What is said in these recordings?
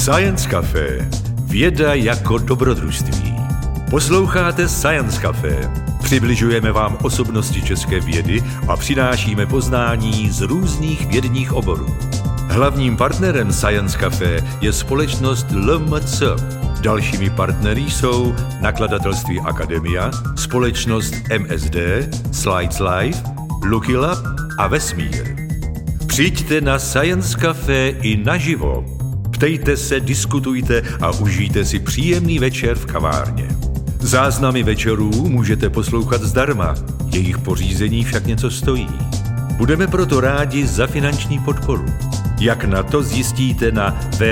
Science Café. Věda jako dobrodružství. Posloucháte Science Café. Přibližujeme vám osobnosti české vědy a přinášíme poznání z různých vědních oborů. Hlavním partnerem Science Café je společnost LMC. Dalšími partnery jsou nakladatelství Akademia, společnost MSD, Slides Live, Lucky Lab a Vesmír. Přijďte na Science Café i naživo. Ptejte se, diskutujte a užijte si příjemný večer v kavárně. Záznamy večerů můžete poslouchat zdarma, jejich pořízení však něco stojí. Budeme proto rádi za finanční podporu. Jak na to zjistíte na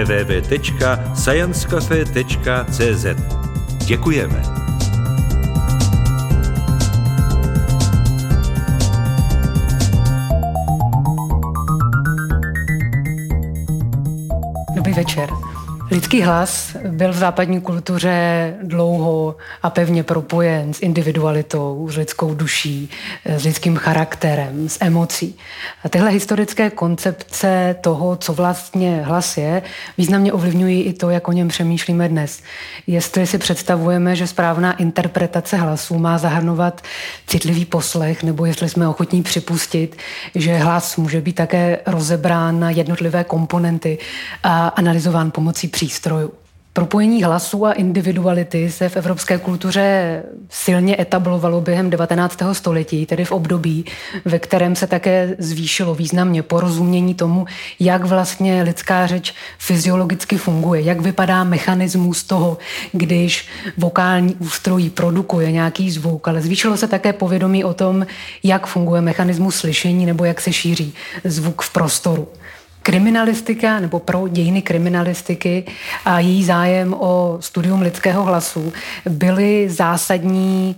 www.sciencecafe.cz. Děkujeme. Dobrý večer. Lidský hlas byl v západní kultuře dlouho a pevně propojen s individualitou, s lidskou duší, s lidským charakterem, s emocí. A tyhle historické koncepce toho, co vlastně hlas je, významně ovlivňují i to, jak o něm přemýšlíme dnes. Jestli si představujeme, že správná interpretace hlasu má zahrnovat citlivý poslech, nebo jestli jsme ochotní připustit, že hlas může být také rozebrán na jednotlivé komponenty a analyzován pomocí přístrojů. Propojení hlasu a individuality se v evropské kultuře silně etablovalo během 19. století, tedy v období, ve kterém se také zvýšilo významně porozumění tomu, jak vlastně lidská řeč fyziologicky funguje, jak vypadá mechanismus toho, když vokální ústrojí produkuje nějaký zvuk, ale zvýšilo se také povědomí o tom, jak funguje mechanismus slyšení nebo jak se šíří zvuk v prostoru. Kriminalistika nebo pro dějiny kriminalistiky a její zájem o studium lidského hlasu byly zásadní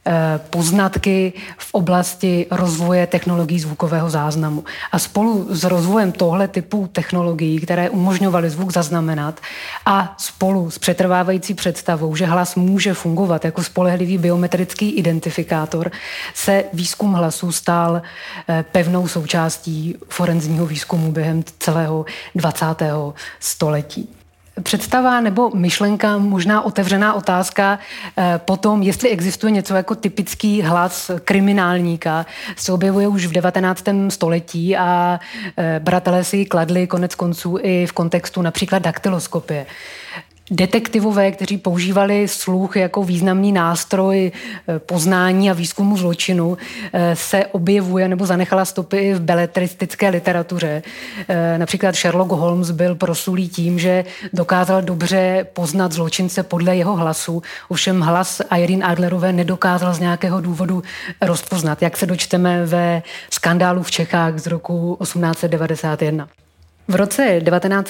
poznatky v oblasti rozvoje technologií zvukového záznamu. A spolu s rozvojem tohle typu technologií, které umožňovaly zvuk zaznamenat a spolu s přetrvávající představou, že hlas může fungovat jako spolehlivý biometrický identifikátor, se výzkum hlasu stal pevnou součástí forenzního výzkumu během celého 20. století. Představa nebo myšlenka, možná otevřená otázka potom, jestli existuje něco jako typický hlas kriminálníka, se objevuje už v 19. století a badatelé si ji kladli konec konců i v kontextu například daktyloskopie. Detektivové, kteří používali sluch jako významný nástroj poznání a výzkumu zločinu, se objevuje nebo zanechala stopy v beletristické literatuře. Například Sherlock Holmes byl proslulý tím, že dokázal dobře poznat zločince podle jeho hlasu, ovšem hlas Irene Adlerové nedokázal z nějakého důvodu rozpoznat, jak se dočteme ve Skandálu v Čechách z roku 1891. V roce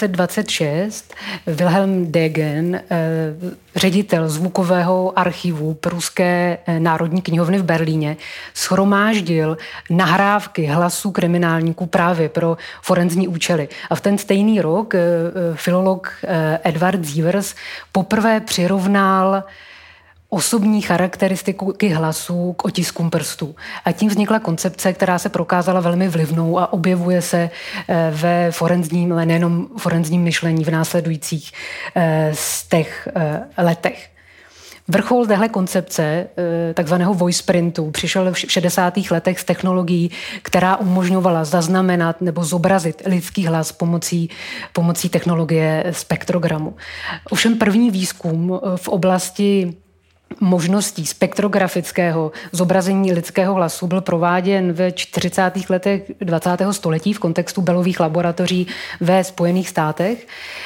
1926 Wilhelm Degen, ředitel zvukového archivu Pruské národní knihovny v Berlíně, shromáždil nahrávky hlasů kriminálníků právě pro forenzní účely. A v ten stejný rok filolog Edward Sievers poprvé přirovnal osobní charakteristiky hlasu k otiskům prstů. A tím vznikla koncepce, která se prokázala velmi vlivnou a objevuje se ve forenzním, ale nejenom forenzním myšlení v následujících z těch letech. Vrchol téhle koncepce, takzvaného voice printu, přišel v 60. letech s technologií, která umožňovala zaznamenat nebo zobrazit lidský hlas pomocí technologie spektrogramu. Ovšem první výzkum v oblasti možností spektrografického zobrazení lidského hlasu byl prováděn ve 40. letech 20. století v kontextu Bellových laboratoří ve Spojených státech.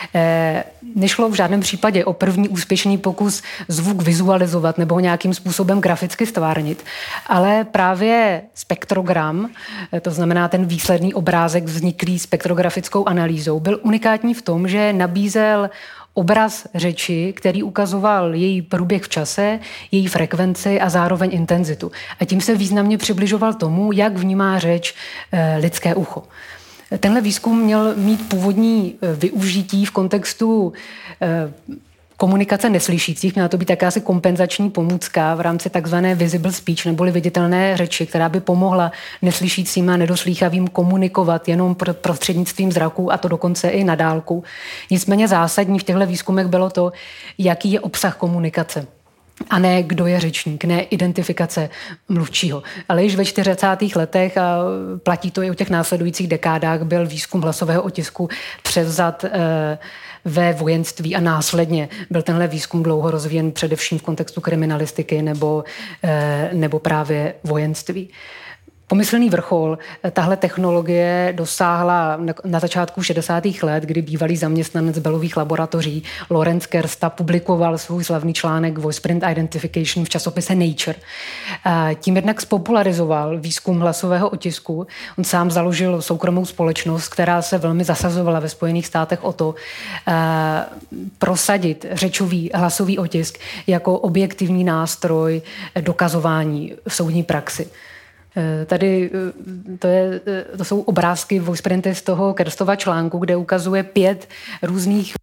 Nešlo v žádném případě o první úspěšný pokus zvuk vizualizovat nebo ho nějakým způsobem graficky stvárnit, ale právě spektrogram, to znamená ten výsledný obrázek vzniklý spektrografickou analýzou, byl unikátní v tom, že nabízel obraz řeči, který ukazoval její průběh v čase, její frekvenci a zároveň intenzitu. A tím se významně přibližoval tomu, jak vnímá řeč lidské ucho. Tenhle výzkum měl mít původní využití v kontextu komunikace neslyšících, měla to být jakási kompenzační pomůcka v rámci takzvané visible speech, neboli viditelné řeči, která by pomohla neslyšícím a nedoslýchavým komunikovat jenom prostřednictvím zraku, a to dokonce i na dálku. Nicméně zásadní v těchto výzkumech bylo to, jaký je obsah komunikace. A ne kdo je řečník, ne identifikace mluvčího. Ale již ve 40. letech, a platí to i o těch následujících dekádách, byl výzkum hlasového otisku převzat ve vojenství a následně byl tenhle výzkum dlouho rozvíjen především v kontextu kriminalistiky nebo právě vojenství. Pomyslný vrchol tahle technologie dosáhla na začátku 60. let, kdy bývalý zaměstnanec Bellových laboratoří Lawrence Kersta publikoval svůj slavný článek Voice Print Identification v časopise Nature. Tím jednak spopularizoval výzkum hlasového otisku. On sám založil soukromou společnost, která se velmi zasazovala ve Spojených státech o to prosadit řečový hlasový otisk jako objektivní nástroj dokazování v soudní praxi. Tady to jsou obrázky voice printy z toho Kerstova článku, kde ukazuje 5 různých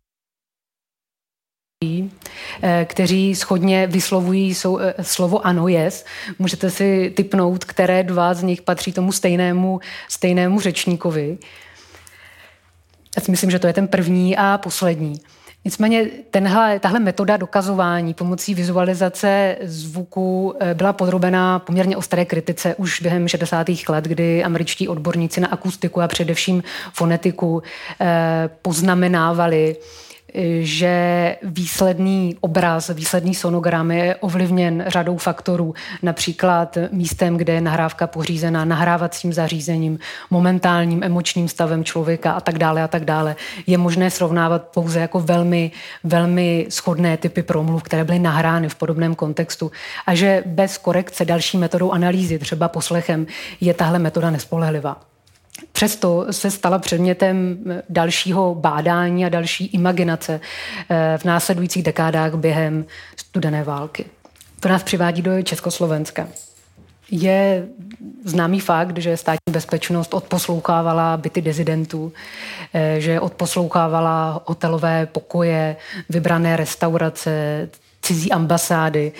kteří shodně vyslovují slovo ano, yes. Můžete si tipnout, které 2 z nich patří tomu stejnému řečníkovi. Já si myslím, že to je ten první a poslední. Nicméně tahle metoda dokazování pomocí vizualizace zvuku byla podrobená poměrně ostré kritice už během 60. let, kdy američtí odborníci na akustiku a především fonetiku poznamenávali, že výsledný obraz, výsledný sonogram je ovlivněn řadou faktorů, například místem, kde je nahrávka pořízená, nahrávacím zařízením, momentálním emočním stavem člověka a tak dále a tak dále. Je možné srovnávat pouze jako velmi, velmi shodné typy promluv, které byly nahrány v podobném kontextu, a že bez korekce další metodou analýzy, třeba poslechem, je tahle metoda nespolehlivá. Přesto se stala předmětem dalšího bádání a další imaginace v následujících dekádách během studené války. To nás přivádí do Československa. Je známý fakt, že státní bezpečnost odposlouchávala byty dizidentů, že odposlouchávala hotelové pokoje, vybrané restaurace, cizí ambasády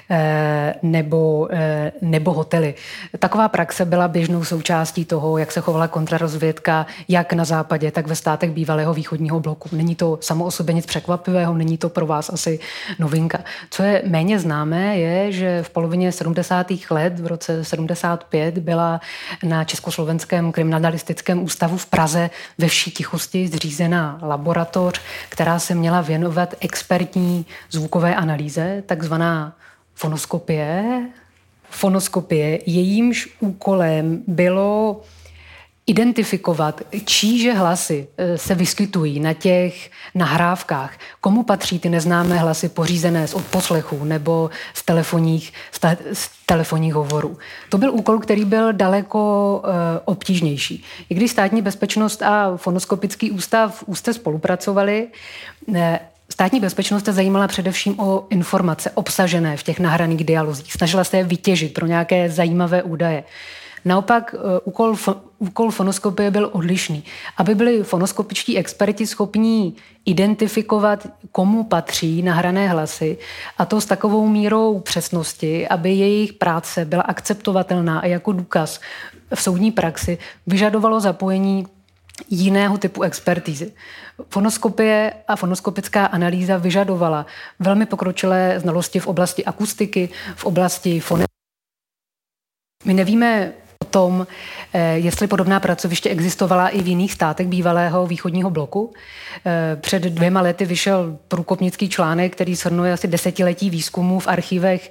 nebo hotely. Taková praxe byla běžnou součástí toho, jak se chovala kontrarozvědka jak na západě, tak ve státech bývalého východního bloku. Není to samo o sobě nic překvapivého, není to pro vás asi novinka. Co je méně známé, je, že v polovině 70. let, v roce 75, byla na Československém kriminalistickém ústavu v Praze ve vší tichosti zřízená laboratoř, která se měla věnovat expertní zvukové analýze, takzvaná fonoskopie. Jejímž úkolem bylo identifikovat, číže hlasy se vyskytují na těch nahrávkách, komu patří ty neznámé hlasy pořízené z odposlechů nebo z telefonních hovorů. To byl úkol, který byl daleko obtížnější. I když státní bezpečnost a fonoskopický ústav úzce spolupracovali, státní bezpečnost se zajímala především o informace obsažené v těch nahraných dialozích. Snažila se je vytěžit pro nějaké zajímavé údaje. Naopak úkol fonoskopie byl odlišný. Aby byli fonoskopičtí experti schopní identifikovat, komu patří nahrané hlasy, a to s takovou mírou přesnosti, aby jejich práce byla akceptovatelná a jako důkaz v soudní praxi, vyžadovalo zapojení jiného typu expertízy. Fonoskopie a fonoskopická analýza vyžadovala velmi pokročilé znalosti v oblasti akustiky, v oblasti fonetiky. My nevíme o tom, jestli podobná pracoviště existovala i v jiných státech bývalého východního bloku. Před 2 lety vyšel průkopnický článek, který shrnuje asi 10letí výzkumu v archivech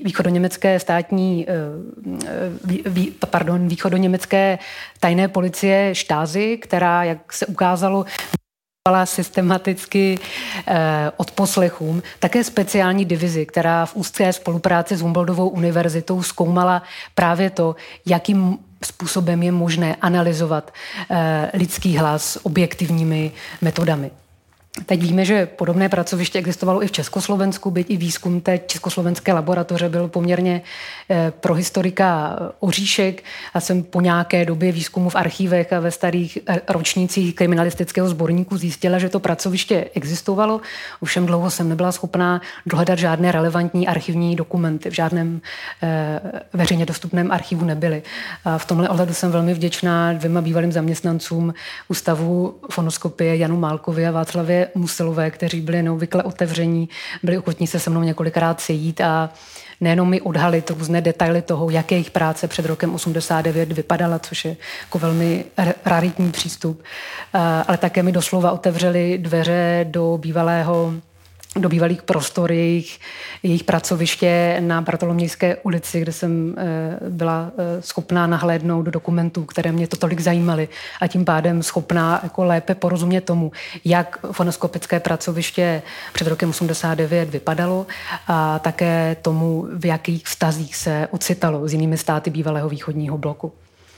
východoněmecké tajné policie Stasi, která, jak se ukázalo, systematicky odposlechům, také speciální divizi, která v úzké spolupráci s Humboldtovou univerzitou zkoumala právě to, jakým způsobem je možné analyzovat lidský hlas objektivními metodami. Teď víme, že podobné pracoviště existovalo i v Československu, byť i výzkum té československé laboratoře byl poměrně pro historika oříšek. Já jsem po nějaké době výzkumu v archívech a ve starých ročnících kriminalistického sborníku zjistila, že to pracoviště existovalo. Ovšem dlouho jsem nebyla schopná dohledat žádné relevantní archivní dokumenty. V žádném veřejně dostupném archivu nebyly. A v tomhle ohledu jsem velmi vděčná 2 bývalým zaměstnancům Ústavu fonoskopie Janu Málkovi a Václavě Musilové, kteří byli neobvykle otevření, byli ochotní se mnou několikrát sejít a nejenom mi odhalit různé detaily toho, jak jejich práce před rokem 89 vypadala, což je jako velmi raritní přístup, ale také mi doslova otevřeli dveře do bývalých prostor jejich pracoviště na Bartolomějské ulici, kde jsem byla schopná nahlédnout do dokumentů, které mě to tolik zajímaly a tím pádem schopná jako lépe porozumět tomu, jak fonoskopické pracoviště před rokem 89 vypadalo a také tomu, v jakých vztazích se ocitalo s jinými státy bývalého východního bloku.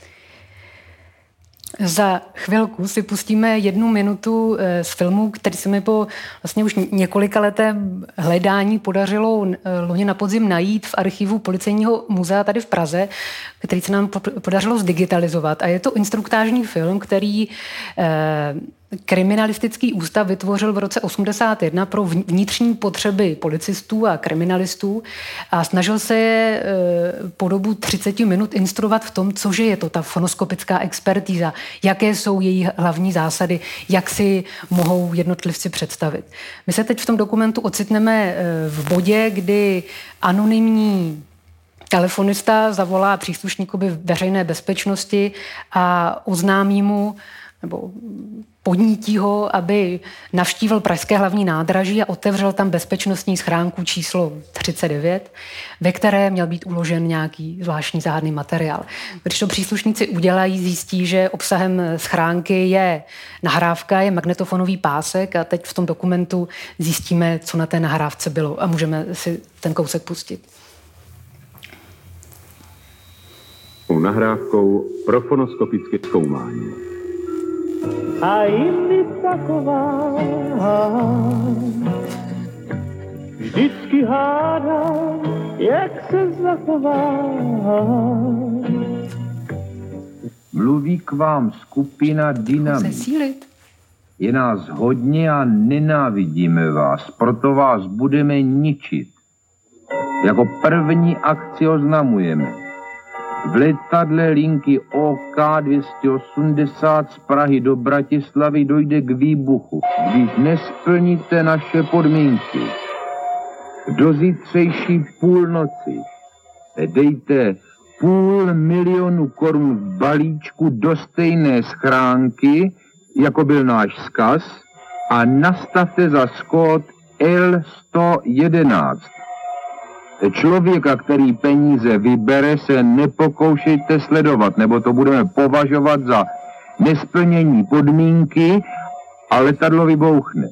Za chvilku si pustíme 1 minutu z filmu, který se mi po vlastně už několika letém hledání podařilo loni na podzim najít v archivu Policejního muzea tady v Praze, který se nám podařilo zdigitalizovat. A je to instruktážní film, který Kriminalistický ústav vytvořil v roce 1981 pro vnitřní potřeby policistů a kriminalistů a snažil se je po dobu 30 minut instruovat v tom, cože je to ta fonoskopická expertíza, jaké jsou její hlavní zásady, jak si mohou jednotlivci představit. My se teď v tom dokumentu ocitneme v bodě, kdy anonymní telefonista zavolá příslušníkovi veřejné bezpečnosti a oznámí mu, nebo podnítí ho, aby navštívil pražské hlavní nádraží a otevřel tam bezpečnostní schránku číslo 39, ve které měl být uložen nějaký zvláštní záhadný materiál. Když to příslušníci udělají, zjistí, že obsahem schránky je nahrávka, je magnetofonový pásek a teď v tom dokumentu zjistíme, co na té nahrávce bylo a můžeme si ten kousek pustit. Nahrávkou pro fonoskopické zkoumání. A jindy taková, vždycky hádám, jak se zachová. Mluví k vám skupina Dynamit. Zesílit. Je nás hodně a nenávidíme vás, proto vás budeme ničit. Jako první akci oznamujeme. V letadle linky OK 280 z Prahy do Bratislavy dojde k výbuchu, když nesplníte naše podmínky. Do zítřejší půlnoci dejte 500 000 korun v balíčku do stejné schránky, jako byl náš vzkaz, a nastavte za skód L111. Člověka, který peníze vybere, se nepokoušejte sledovat, nebo to budeme považovat za nesplnění podmínky a letadlo vybouchne.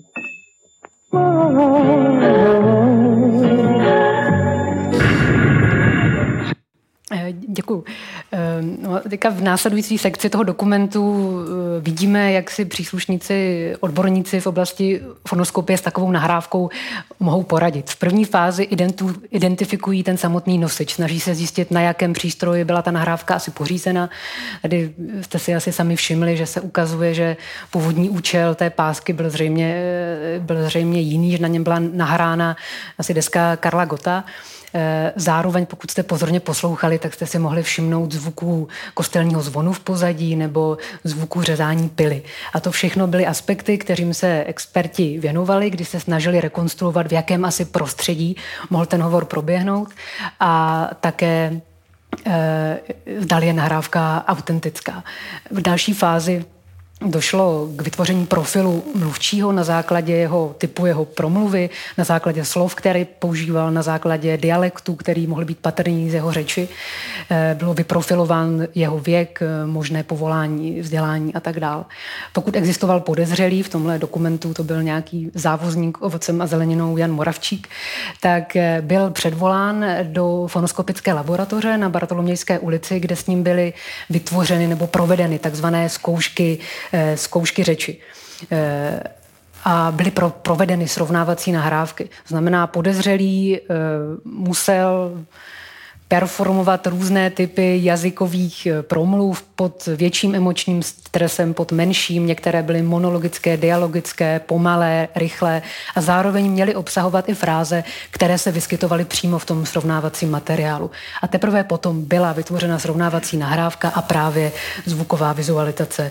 Děkuju. No, teďka v následující sekci toho dokumentu vidíme, jak si příslušníci, odborníci v oblasti fonoskopie s takovou nahrávkou mohou poradit. V první fázi identifikují ten samotný nosič, snaží se zjistit, na jakém přístroji byla ta nahrávka asi pořízena. Tady jste si asi sami všimli, že se ukazuje, že původní účel té pásky byl zřejmě jiný, že na něm byla nahrána asi deska Karla Gotta. Zároveň, pokud jste pozorně poslouchali, tak jste si mohli všimnout zvuků kostelního zvonu v pozadí nebo zvuků řezání pily. A to všechno byly aspekty, kterým se experti věnovali, kdy se snažili rekonstruovat, v jakém asi prostředí mohl ten hovor proběhnout a také zdali je nahrávka autentická. V další fázi došlo k vytvoření profilu mluvčího na základě jeho typu, jeho promluvy, na základě slov, které používal, na základě dialektů, který mohl být patrný z jeho řeči. Bylo vyprofilován jeho věk, možné povolání, vzdělání a tak dále. Pokud existoval podezřelý, v tomhle dokumentu to byl nějaký závozník ovocem a zeleninou Jan Moravčík, tak byl předvolán do fonoskopické laboratoře na Bartolomějské ulici, kde s ním byly vytvořeny nebo provedeny takzvané zkoušky řeči. a byly provedeny srovnávací nahrávky. Znamená, podezřelý musel performovat různé typy jazykových promluv pod větším emočním stresem, pod menším. Některé byly monologické, dialogické, pomalé, rychlé a zároveň měly obsahovat i fráze, které se vyskytovaly přímo v tom srovnávacím materiálu. A teprve potom byla vytvořena srovnávací nahrávka a právě zvuková vizualizace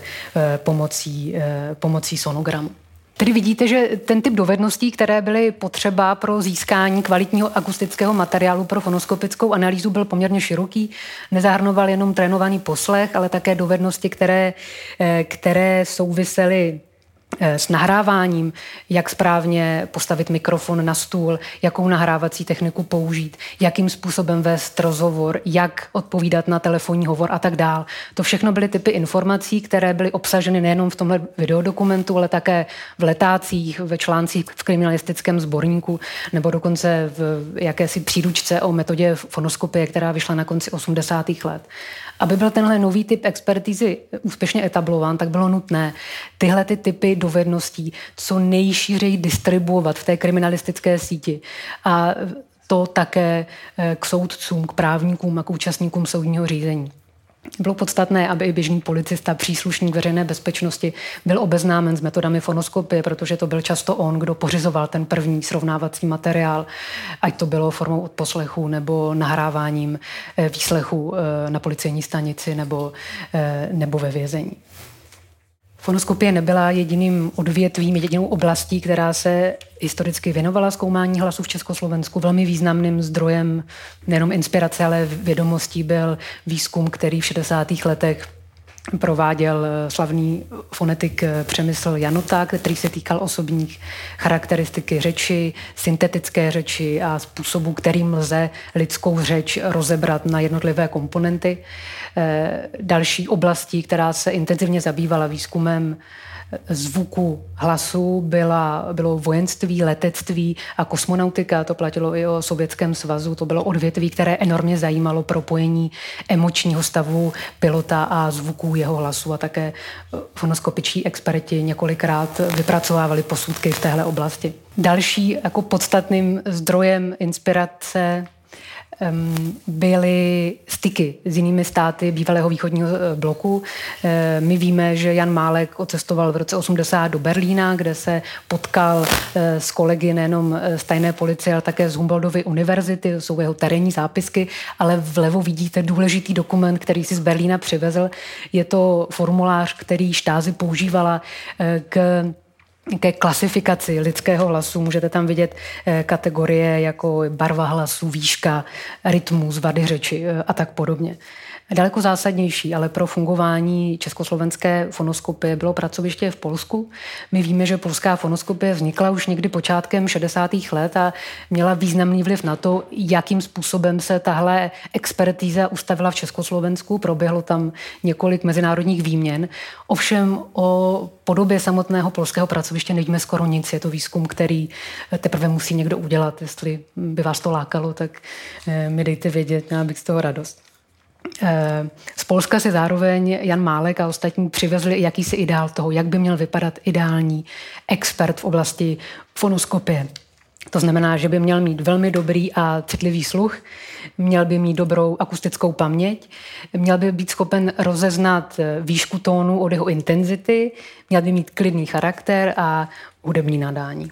pomocí sonogramu. Tedy vidíte, že ten typ dovedností, které byly potřeba pro získání kvalitního akustického materiálu pro fonoskopickou analýzu, byl poměrně široký. Nezahrnoval jenom trénovaný poslech, ale také dovednosti, které souvisely s nahráváním, jak správně postavit mikrofon na stůl, jakou nahrávací techniku použít, jakým způsobem vést rozhovor, jak odpovídat na telefonní hovor a tak dál. To všechno byly typy informací, které byly obsaženy nejenom v tomhle videodokumentu, ale také v letácích, ve článcích v kriminalistickém sborníku nebo dokonce v jakési příručce o metodě fonoskopie, která vyšla na konci 80. let. Aby byl tenhle nový typ expertízy úspěšně etablován, tak bylo nutné tyhle ty typy dovedností co nejšířeji distribuovat v té kriminalistické síti. A to také k soudcům, k právníkům a k účastníkům soudního řízení. Bylo podstatné, aby i běžný policista, příslušník veřejné bezpečnosti byl obeznámen s metodami fonoskopie, protože to byl často on, kdo pořizoval ten první srovnávací materiál, ať to bylo formou odposlechu nebo nahráváním výslechu na policejní stanici nebo ve vězení. Fonoskopie nebyla jediným odvětvím, jedinou oblastí, která se historicky věnovala zkoumání hlasu v Československu. Velmi významným zdrojem nejenom inspirace, ale vědomostí byl výzkum, který v 60. letech prováděl slavný fonetik Přemysl Janota, který se týkal osobních charakteristiky řeči, syntetické řeči a způsobu, kterým lze lidskou řeč rozebrat na jednotlivé komponenty. Další oblastí, která se intenzivně zabývala výzkumem zvuku hlasu, bylo vojenství, letectví a kosmonautika. To platilo i o Sovětském svazu. To bylo odvětví, které enormně zajímalo propojení emočního stavu pilota a zvuků jeho hlasu. A také fonoskopičtí experti několikrát vypracovávali posudky v téhle oblasti. Další jako podstatným zdrojem inspirace byly styky s jinými státy bývalého východního bloku. My víme, že Jan Málek odcestoval v roce 80 do Berlína, kde se potkal s kolegy nejenom z tajné policie, ale také z Humboldtovy univerzity, to jsou jeho terénní zápisky, ale vlevo vidíte důležitý dokument, který si z Berlína přivezl. Je to formulář, který Stasi používala ke klasifikaci lidského hlasu. Můžete tam vidět kategorie jako barva hlasu, výška, rytmus, vady řeči a tak podobně. Daleko zásadnější, ale pro fungování československé fonoskopie bylo pracoviště v Polsku. My víme, že polská fonoskopie vznikla už někdy počátkem 60. let a měla významný vliv na to, jakým způsobem se tahle expertíza ustavila v Československu. Proběhlo tam několik mezinárodních výměn. Ovšem o podobě samotného polského pracoviště nevíme skoro nic. Je to výzkum, který teprve musí někdo udělat. Jestli by vás to lákalo, tak mi dejte vědět, měla bych z toho radost. Z Polska si zároveň Jan Málek a ostatní přivezli jakýsi ideál toho, jak by měl vypadat ideální expert v oblasti fonoskopie. To znamená, že by měl mít velmi dobrý a citlivý sluch, měl by mít dobrou akustickou paměť, měl by být schopen rozeznat výšku tónu od jeho intenzity, měl by mít klidný charakter a hudební nadání.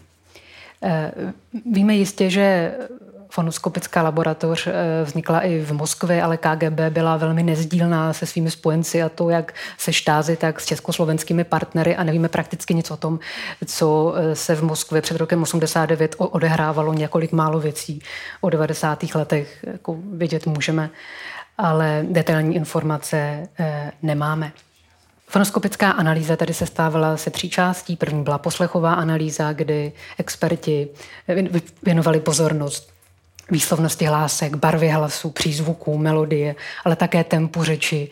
Víme jistě, že fonoskopická laboratoř vznikla i v Moskvě, ale KGB byla velmi nezdílná se svými spojenci a to jak se Stasi, tak s československými partnery a nevíme prakticky nic o tom, co se v Moskvě před rokem 89 odehrávalo. Několik málo věcí o 90. letech jako vědět můžeme, ale detailní informace nemáme. Fonoskopická analýza tady se stávala se 3 částí. První byla poslechová analýza, kdy experti věnovali pozornost výslovnosti hlásek, barvy hlasu, přízvuků, melodie, ale také tempu řeči,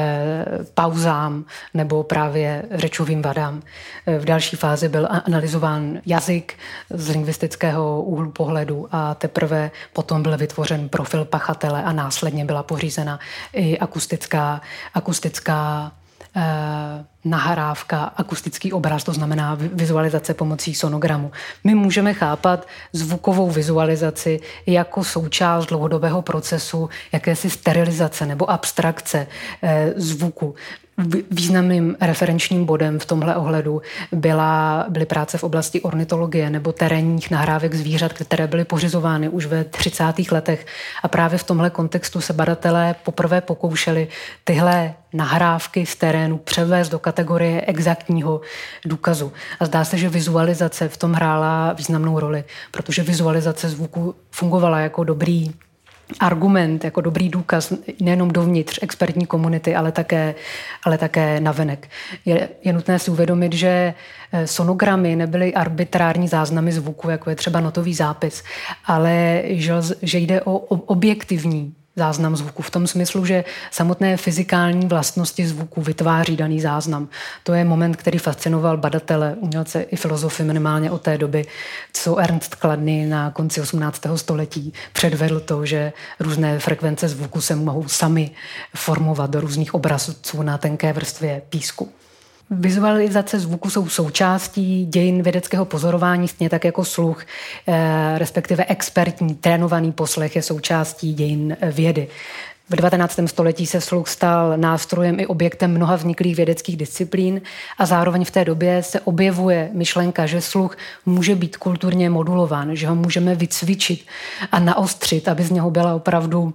pauzám nebo právě řečovým vadám. V další fázi byl analyzován jazyk z lingvistického úhlu pohledu a teprve potom byl vytvořen profil pachatele a následně byla pořízena i akustická nahrávka, akustický obraz, to znamená vizualizace pomocí sonogramu. My můžeme chápat zvukovou vizualizaci jako součást dlouhodobého procesu jakési sterilizace nebo abstrakce zvuku. Významným referenčním bodem v tomhle ohledu byly práce v oblasti ornitologie nebo terénních nahrávek zvířat, které byly pořizovány už ve 30. letech. A právě v tomhle kontextu se badatelé poprvé pokoušeli tyhle nahrávky z terénu převést do kategorie exaktního důkazu. A zdá se, že vizualizace v tom hrála významnou roli, protože vizualizace zvuku fungovala jako dobrý argument, jako dobrý důkaz nejenom dovnitř expertní komunity, ale také navenek. Je nutné si uvědomit, že sonogramy nebyly arbitrární záznamy zvuku, jako je třeba notový zápis, ale že jde o objektivní záznam zvuku v tom smyslu, že samotné fyzikální vlastnosti zvuku vytváří daný záznam. To je moment, který fascinoval badatele, umělce i filozofy minimálně od té doby, co Ernst Chladni na konci 18. století předvedl to, že různé frekvence zvuku se mohou sami formovat do různých obrazců na tenké vrstvě písku. Vizualizace zvuku jsou součástí dějin vědeckého pozorování, stejně tak jako sluch, respektive expertní, trénovaný poslech je součástí dějin vědy. V 19. století se sluch stal nástrojem i objektem mnoha vzniklých vědeckých disciplín a zároveň v té době se objevuje myšlenka, že sluch může být kulturně modulován, že ho můžeme vycvičit a naostřit, aby z něho byla opravdu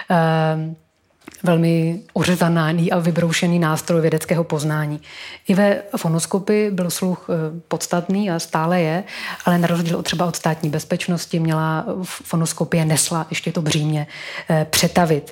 velmi ořezaný a vybroušený nástroj vědeckého poznání. I ve fonoskopii byl sluch podstatný a stále je, ale na rozdíl třeba od státní bezpečnosti měla fonoskopie nesla ještě to břímě přetavit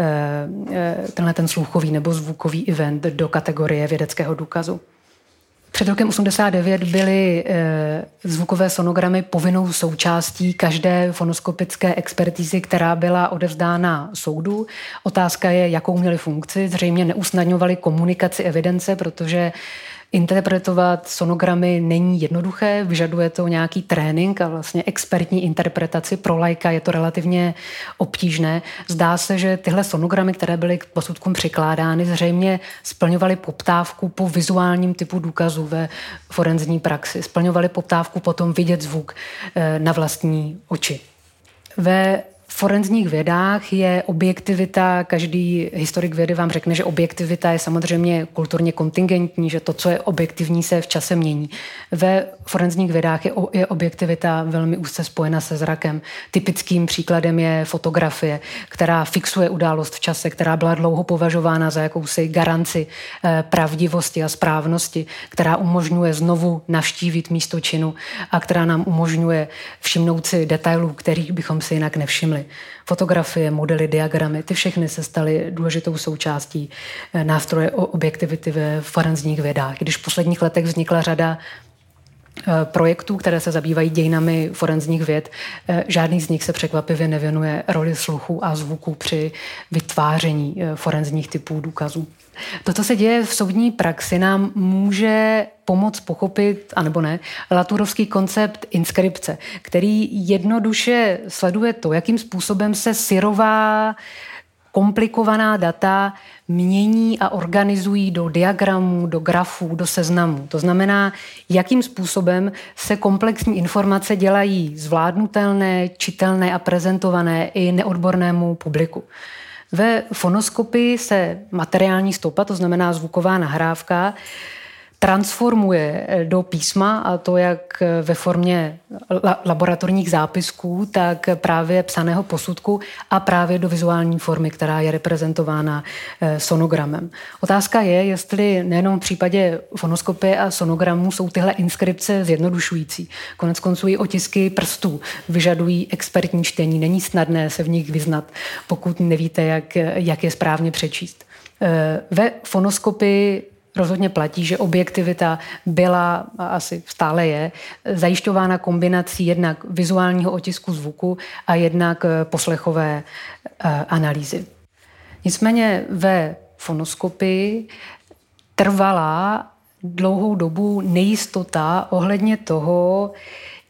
tenhle ten sluchový nebo zvukový event do kategorie vědeckého důkazu. Před rokem 89 byly zvukové sonogramy povinnou součástí každé fonoskopické expertízy, která byla odevzdána soudu. Otázka je, jakou měly funkci. Zřejmě neusnadňovaly komunikaci evidence, protože interpretovat sonogramy není jednoduché, vyžaduje to nějaký trénink a vlastně expertní interpretaci. Pro laika je to relativně obtížné. Zdá se, že tyhle sonogramy, které byly k posudkům přikládány, zřejmě splňovaly poptávku po vizuálním typu důkazu ve forenzní praxi. Splňovaly poptávku potom vidět zvuk na vlastní oči. Ve forenzních vědách je objektivita, každý historik vědy vám řekne, že objektivita je samozřejmě kulturně kontingentní, že to, co je objektivní, se v čase mění. Ve forenzních vědách je objektivita velmi úzce spojena se zrakem. Typickým příkladem je fotografie, která fixuje událost v čase, která byla dlouho považována za jakousi garanci pravdivosti a správnosti, která umožňuje znovu navštívit místo činu a která nám umožňuje všimnout si detailů, kterých bychom si jinak nevšimli. Fotografie, modely, diagramy, ty všechny se staly důležitou součástí nástroje objektivity ve forenzních vědách. Když v posledních letech vznikla řada projektů, které se zabývají dějinami forenzních věd, žádný z nich se překvapivě nevěnuje roli sluchu a zvuku při vytváření forenzních typů důkazů. To, co se děje v soudní praxi, nám může pomoct pochopit, anebo ne, Laturovský koncept inskripce, který jednoduše sleduje to, jakým způsobem se syrová, komplikovaná data mění a organizují do diagramů, do grafů, do seznamů. To znamená, jakým způsobem se komplexní informace dělají zvládnutelné, čitelné a prezentované i neodbornému publiku. Ve fonoskopii se materiální stopa, to znamená zvuková nahrávka, transformuje do písma, a to jak ve formě laboratorních zápisků, tak právě psaného posudku a právě do vizuální formy, která je reprezentována sonogramem. Otázka je, jestli nejenom v případě fonoskopie a sonogramů jsou tyhle inskripce zjednodušující. Konec konců i otisky prstů vyžadují expertní čtení. Není snadné se v nich vyznat, pokud nevíte, jak je správně přečíst. Ve fonoskopii rozhodně platí, že objektivita byla a asi stále je zajišťována kombinací jednak vizuálního otisku zvuku a jednak poslechové analýzy. Nicméně ve fonoskopii trvala dlouhou dobu nejistota ohledně toho,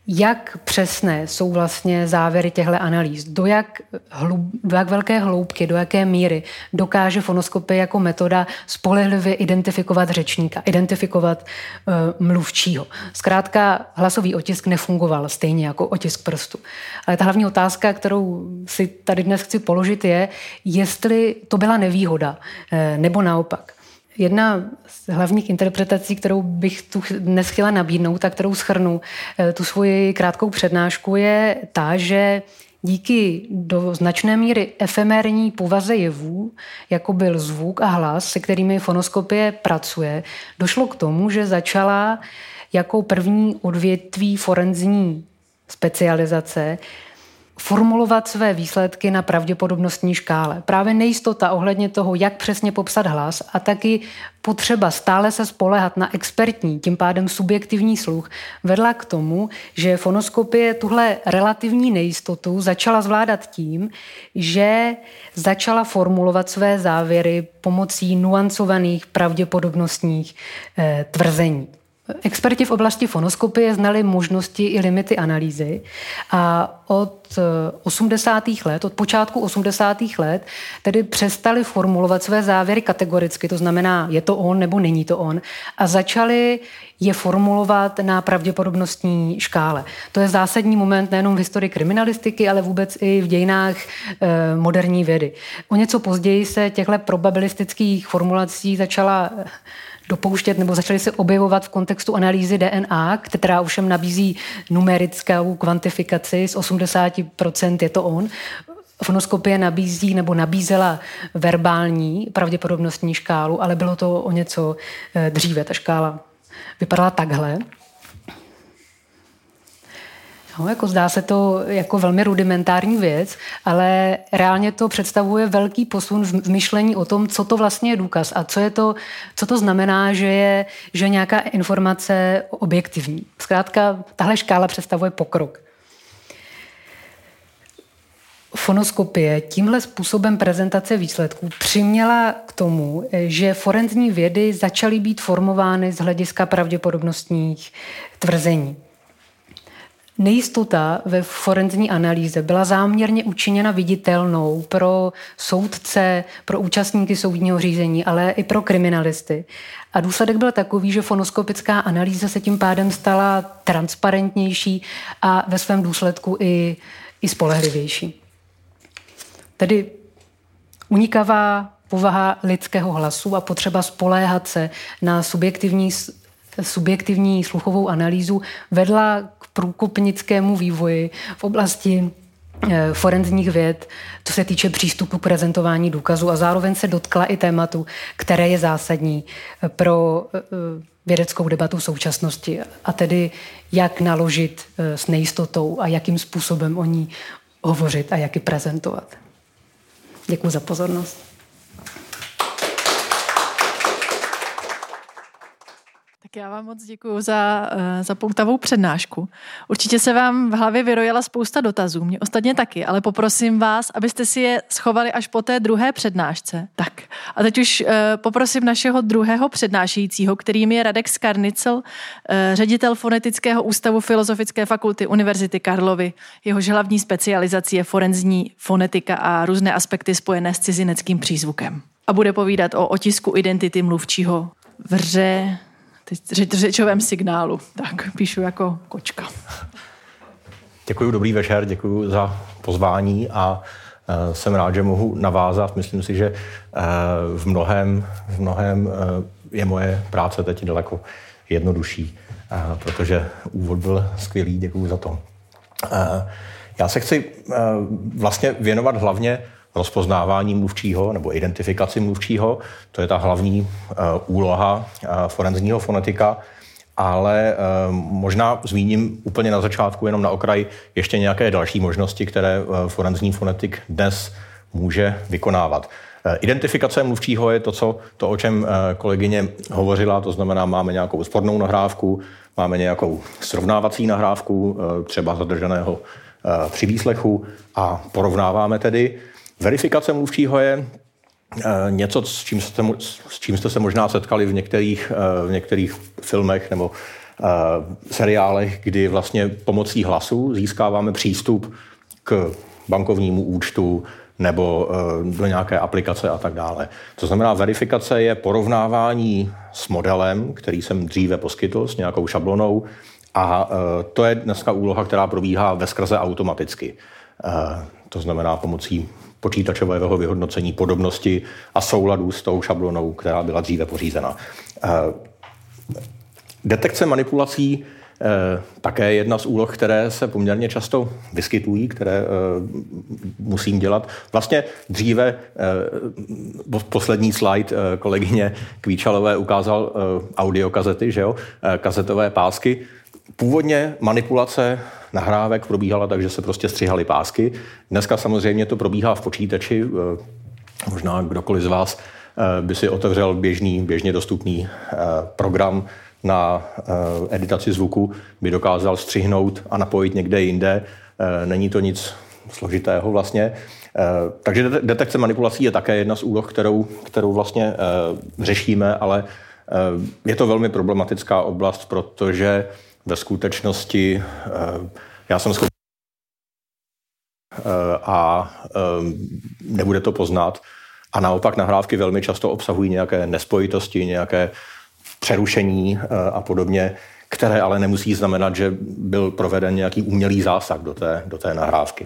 jak přesné jsou vlastně závěry těchto analýz, do jak velké hloubky, do jaké míry dokáže fonoskopie jako metoda spolehlivě identifikovat řečníka, identifikovat mluvčího. Zkrátka hlasový otisk nefungoval stejně jako otisk prstu. Ale ta hlavní otázka, kterou si tady dnes chci položit, je, jestli to byla nevýhoda, nebo naopak. Jedna z hlavních interpretací, kterou bych tu dnes chtěla nabídnout a kterou shrnu tu svoji krátkou přednášku, je ta, že díky do značné míry efemérní povaze jevů, jako byl zvuk a hlas, se kterými fonoskopie pracuje, došlo k tomu, že začala jako první odvětví forenzní specializace formulovat své výsledky na pravděpodobnostní škále. Právě nejistota ohledně toho, jak přesně popsat hlas a taky potřeba stále se spoléhat na expertní, tím pádem subjektivní sluch, vedla k tomu, že fonoskopie tuhle relativní nejistotu začala zvládat tím, že začala formulovat své závěry pomocí nuancovaných pravděpodobnostních tvrzení. Experti v oblasti fonoskopie znali možnosti i limity analýzy a od 80. let, od počátku 80. let, tedy přestali formulovat své závěry kategoricky, to znamená, je to on nebo není to on, a začali je formulovat na pravděpodobnostní škále. To je zásadní moment nejenom v historii kriminalistiky, ale vůbec i v dějinách moderní vědy. O něco později se těchto probabilistických formulací začala dopouštět nebo začaly se objevovat v kontextu analýzy DNA, která ovšem nabízí numerickou kvantifikaci, z 80% je to on. Fonoskopie nabízí nebo nabízela verbální pravděpodobnostní škálu, ale bylo to o něco dříve. Ta škála vypadala takhle. No, jako zdá se to jako velmi rudimentární věc, ale reálně to představuje velký posun v myšlení o tom, co to vlastně je důkaz a co to znamená, že je nějaká informace objektivní. Zkrátka, tahle škála představuje pokrok. Fonoskopie tímhle způsobem prezentace výsledků přiměla k tomu, že forenzní vědy začaly být formovány z hlediska pravděpodobnostních tvrzení. Nejistota ve forenzní analýze byla záměrně učiněna viditelnou pro soudce, pro účastníky soudního řízení, ale i pro kriminalisty. A důsledek byl takový, že fonoskopická analýza se tím pádem stala transparentnější a ve svém důsledku i spolehlivější. Tedy unikavá povaha lidského hlasu a potřeba spoléhat se na subjektivní sluchovou analýzu vedla k průkopnickému vývoji v oblasti forenzních věd, co se týče přístupu k prezentování důkazů a zároveň se dotkla i tématu, které je zásadní pro vědeckou debatu v současnosti, a tedy jak naložit s nejistotou a jakým způsobem o ní hovořit a jak ji prezentovat. Děkuji za pozornost. Tak já vám moc děkuju za poutavou přednášku. Určitě se vám v hlavě vyrojila spousta dotazů, mě ostatně taky, ale poprosím vás, abyste si je schovali až po té druhé přednášce. Tak a teď už poprosím našeho druhého přednášejícího, kterým je Radek Skarnicl, ředitel Fonetického ústavu Filozofické fakulty Univerzity Karlovy. Jehož hlavní specializací je forenzní fonetika a různé aspekty spojené s cizineckým přízvukem. A bude povídat o otisku identity mluvčího v řečovém signálu. Tak, píšu jako kočka. Děkuji, dobrý večer, děkuji za pozvání a jsem rád, že mohu navázat. Myslím si, že v mnohem je moje práce teď daleko jednodušší, protože úvod byl skvělý, děkuji za to. Já se chci vlastně věnovat hlavně rozpoznávání mluvčího nebo identifikaci mluvčího. To je ta hlavní úloha forenzního fonetika, ale možná zmíním úplně na začátku, jenom na okraj, ještě nějaké další možnosti, které forenzní fonetik dnes může vykonávat. Identifikace mluvčího je to, o čem kolegyně hovořila, to znamená, máme nějakou spornou nahrávku, máme nějakou srovnávací nahrávku, třeba zadržaného při výslechu a porovnáváme tedy. Verifikace mluvčího je něco, s čím jste se možná setkali v některých filmech nebo seriálech, kdy vlastně pomocí hlasu získáváme přístup k bankovnímu účtu nebo do nějaké aplikace a tak dále. To znamená, verifikace je porovnávání s modelem, který jsem dříve poskytl, s nějakou šablonou, a to je dneska úloha, která probíhá veskrze automaticky. To znamená pomocí počítačového vyhodnocení podobnosti a souladu s tou šablonou, která byla dříve pořízena. Detekce manipulací také jedna z úloh, které se poměrně často vyskytují, které musím dělat. Vlastně dříve poslední slide kolegyně Kvíčalové ukázal audiokazety, že jo? Kazetové pásky. Původně manipulace nahrávek probíhala tak, že se prostě střihaly pásky. Dneska samozřejmě to probíhá v počítači. Možná kdokoliv z vás by si otevřel běžně dostupný program na editaci zvuku, by dokázal střihnout a napojit někde jinde. Není to nic složitého vlastně. Takže detekce manipulací je také jedna z úloh, kterou vlastně řešíme, ale je to velmi problematická oblast, protože ve skutečnosti já jsem schopný a nebude to poznat. A naopak nahrávky velmi často obsahují nějaké nespojitosti, nějaké přerušení a podobně, které ale nemusí znamenat, že byl proveden nějaký umělý zásah do té nahrávky.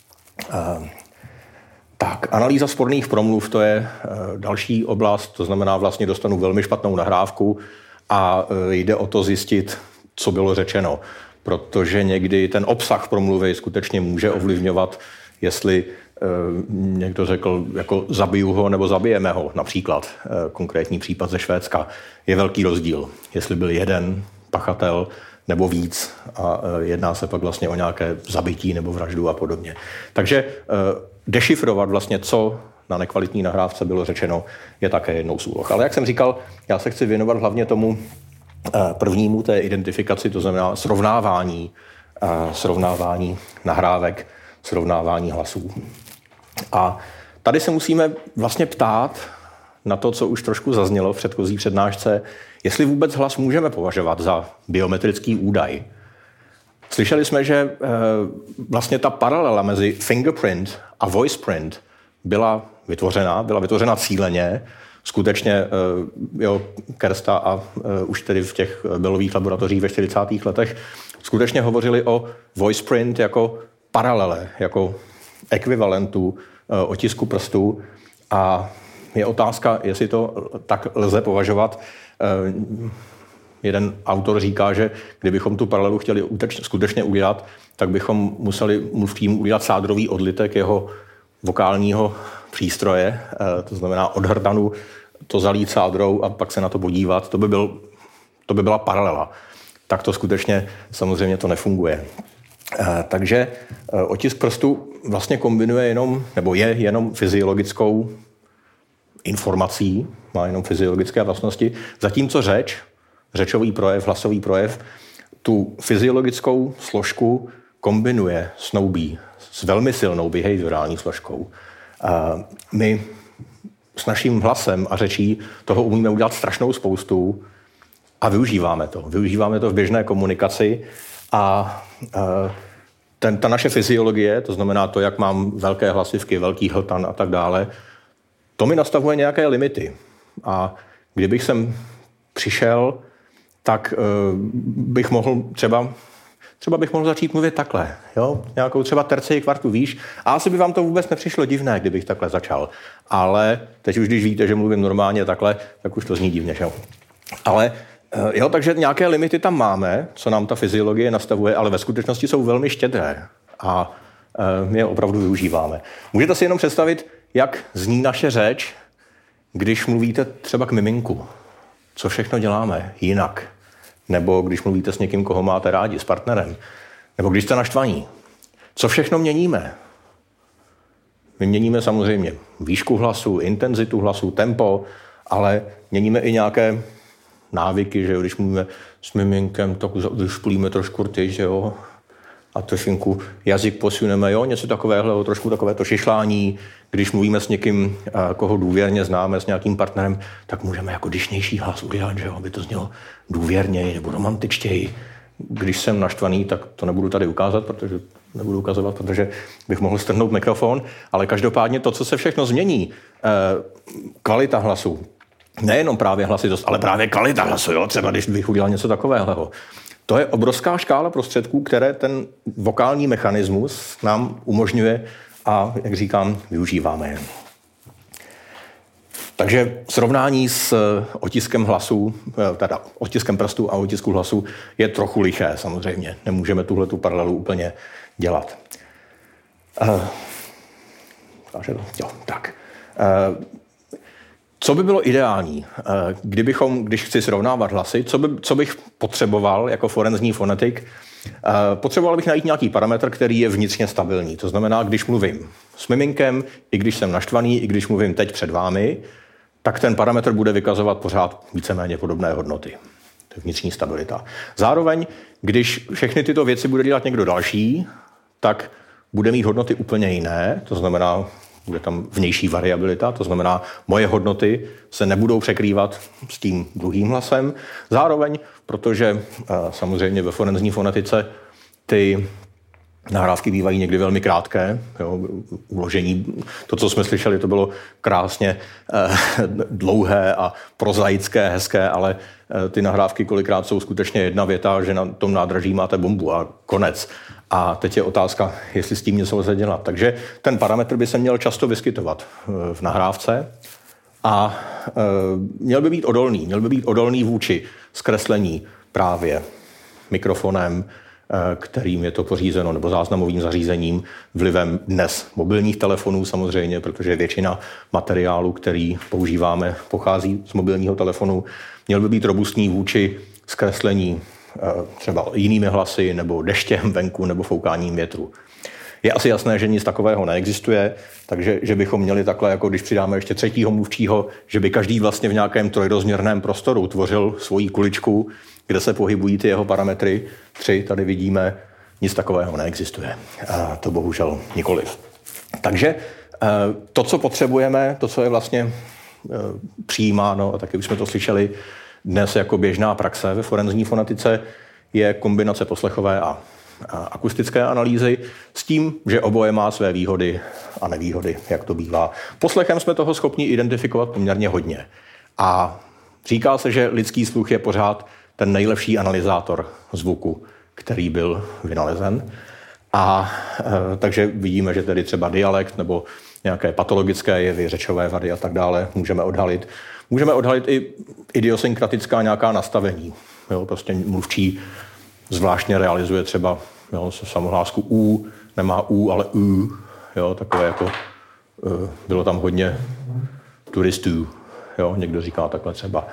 Tak, analýza sporných promluv, to je další oblast, to znamená, vlastně dostanu velmi špatnou nahrávku a jde o to zjistit, co bylo řečeno, protože někdy ten obsah promluvy skutečně může ovlivňovat, jestli někdo řekl, jako zabiju ho nebo zabijeme ho, například konkrétní případ ze Švédska. Je velký rozdíl, jestli byl jeden pachatel nebo víc a jedná se pak vlastně o nějaké zabití nebo vraždu a podobně. Takže dešifrovat vlastně, co na nekvalitní nahrávce bylo řečeno, je také jednou z úloh. Ale jak jsem říkal, já se chci věnovat hlavně tomu prvnímu, té identifikaci, to znamená srovnávání nahrávek, srovnávání hlasů. A tady se musíme vlastně ptát na to, co už trošku zaznělo v předchozí přednášce, jestli vůbec hlas můžeme považovat za biometrický údaj. Slyšeli jsme, že vlastně ta paralela mezi fingerprint a voiceprint byla vytvořena cíleně. Skutečně Kersta a už tedy v těch Bellových laboratořích ve 40. letech skutečně hovořili o voiceprint jako paralele, jako ekvivalentu otisku prstů a je otázka, jestli to tak lze považovat. Jeden autor říká, že kdybychom tu paralelu chtěli skutečně udělat, tak bychom museli mluvčímu udělat sádrový odlitek jeho vokálního přístroje, to znamená od hrdanu to zalít sádrou a pak se na to podívat. To by byla paralela. Tak to skutečně samozřejmě to nefunguje. Takže otisk prstu vlastně kombinuje je jenom fyziologickou informací, má jenom fyziologické vlastnosti, zatímco řečový projev, hlasový projev, tu fyziologickou složku kombinuje, snoubí s velmi silnou behaviorální složkou. My s naším hlasem a řečí toho umíme udělat strašnou spoustu a využíváme to. Využíváme to v běžné komunikaci a ta naše fyziologie, to znamená to, jak mám velké hlasivky, velký hltan a tak dále, to mi nastavuje nějaké limity. A kdybych sem přišel, tak bych mohl třeba bych mohl začít mluvit takhle, jo? Nějakou třeba tercii kvartu výš. A asi by vám to vůbec nepřišlo divné, kdybych takhle začal. Ale teď už, když víte, že mluvím normálně takhle, tak už to zní divně, že jo? Ale takže nějaké limity tam máme, co nám ta fyziologie nastavuje, ale ve skutečnosti jsou velmi štědré a my je opravdu využíváme. Můžete si jenom představit, jak zní naše řeč, když mluvíte třeba k miminku. Co všechno děláme jinak? Nebo když mluvíte s někým, koho máte rádi, s partnerem. Nebo když jste naštvaní. Co všechno měníme? My měníme samozřejmě výšku hlasu, intenzitu hlasu, tempo, ale měníme i nějaké návyky, že jo? Když mluvíme s miminkem, tak vyšpulíme trošku rty, že jo? a trošinku jazyk posuneme, jo, něco takového, trošku takové to šišlání. Když mluvíme s někým, koho důvěrně známe, s nějakým partnerem, tak můžeme jako dyšnější hlas udělat, že jo, aby to znělo důvěrněji nebo romantičtěji. Když jsem naštvaný, tak to nebudu tady ukázat, protože bych mohl strhnout mikrofon, ale každopádně to, co se všechno změní, kvalita hlasu, nejenom právě hlasitost, ale právě kvalita hlasu, jo, třeba když bych udělal něco takového. To je obrovská škála prostředků, které ten vokální mechanismus nám umožňuje a, jak říkám, využíváme je. Takže srovnání s otiskem hlasu, teda otiskem prstu a otisku hlasu je trochu liché samozřejmě. Nemůžeme tuhletu paralelu úplně dělat. Co by bylo ideální, když chci srovnávat hlasy, co bych potřeboval jako forenzní fonetik? Potřeboval bych najít nějaký parametr, který je vnitřně stabilní. To znamená, když mluvím s miminkem, i když jsem naštvaný, i když mluvím teď před vámi, tak ten parametr bude vykazovat pořád víceméně podobné hodnoty. To je vnitřní stabilita. Zároveň, když všechny tyto věci bude dělat někdo další, tak bude mít hodnoty úplně jiné, to znamená, bude tam vnější variabilita, to znamená, moje hodnoty se nebudou překrývat s tím druhým hlasem. Zároveň, protože samozřejmě ve forenzní fonetice ty nahrávky bývají někdy velmi krátké, jo, uložení, to, co jsme slyšeli, to bylo krásně dlouhé a prozaické, hezké, ale ty nahrávky kolikrát jsou skutečně jedna věta, že na tom nádraží máte bombu a konec. A teď je otázka, jestli s tím něco lze dělat. Takže ten parametr by se měl často vyskytovat v nahrávce a měl by být odolný vůči zkreslení právě mikrofonem, kterým je to pořízeno, nebo záznamovým zařízením, vlivem dnes mobilních telefonů samozřejmě, protože většina materiálu, který používáme, pochází z mobilního telefonu. Měl by být robustní vůči zkreslení třeba jinými hlasy, nebo deštěm venku, nebo foukáním větru. Je asi jasné, že nic takového neexistuje, takže že bychom měli takhle, jako když přidáme ještě třetího mluvčího, že by každý vlastně v nějakém trojrozměrném prostoru tvořil svoji kuličku, kde se pohybují ty jeho parametry. 3 tady vidíme, nic takového neexistuje. A to bohužel nikoliv. Takže to, co potřebujeme, to, co je vlastně přijímáno, a taky už jsme to slyšeli dnes jako běžná praxe ve forenzní fonetice, je kombinace poslechové a akustické analýzy s tím, že oboje má své výhody a nevýhody, jak to bývá. Poslechem jsme toho schopni identifikovat poměrně hodně. A říká se, že lidský sluch je pořád ten nejlepší analyzátor zvuku, který byl vynalezen. A takže vidíme, že tedy třeba dialekt nebo nějaké patologické jevy, řečové vady a tak dále můžeme odhalit. Můžeme odhalit i idiosynkratická nějaká nastavení. Jo, prostě mluvčí zvláštně realizuje třeba samohlásku U, nemá U, ale U. Jo, takové jako bylo tam hodně turistů. Jo, někdo říká takhle třeba.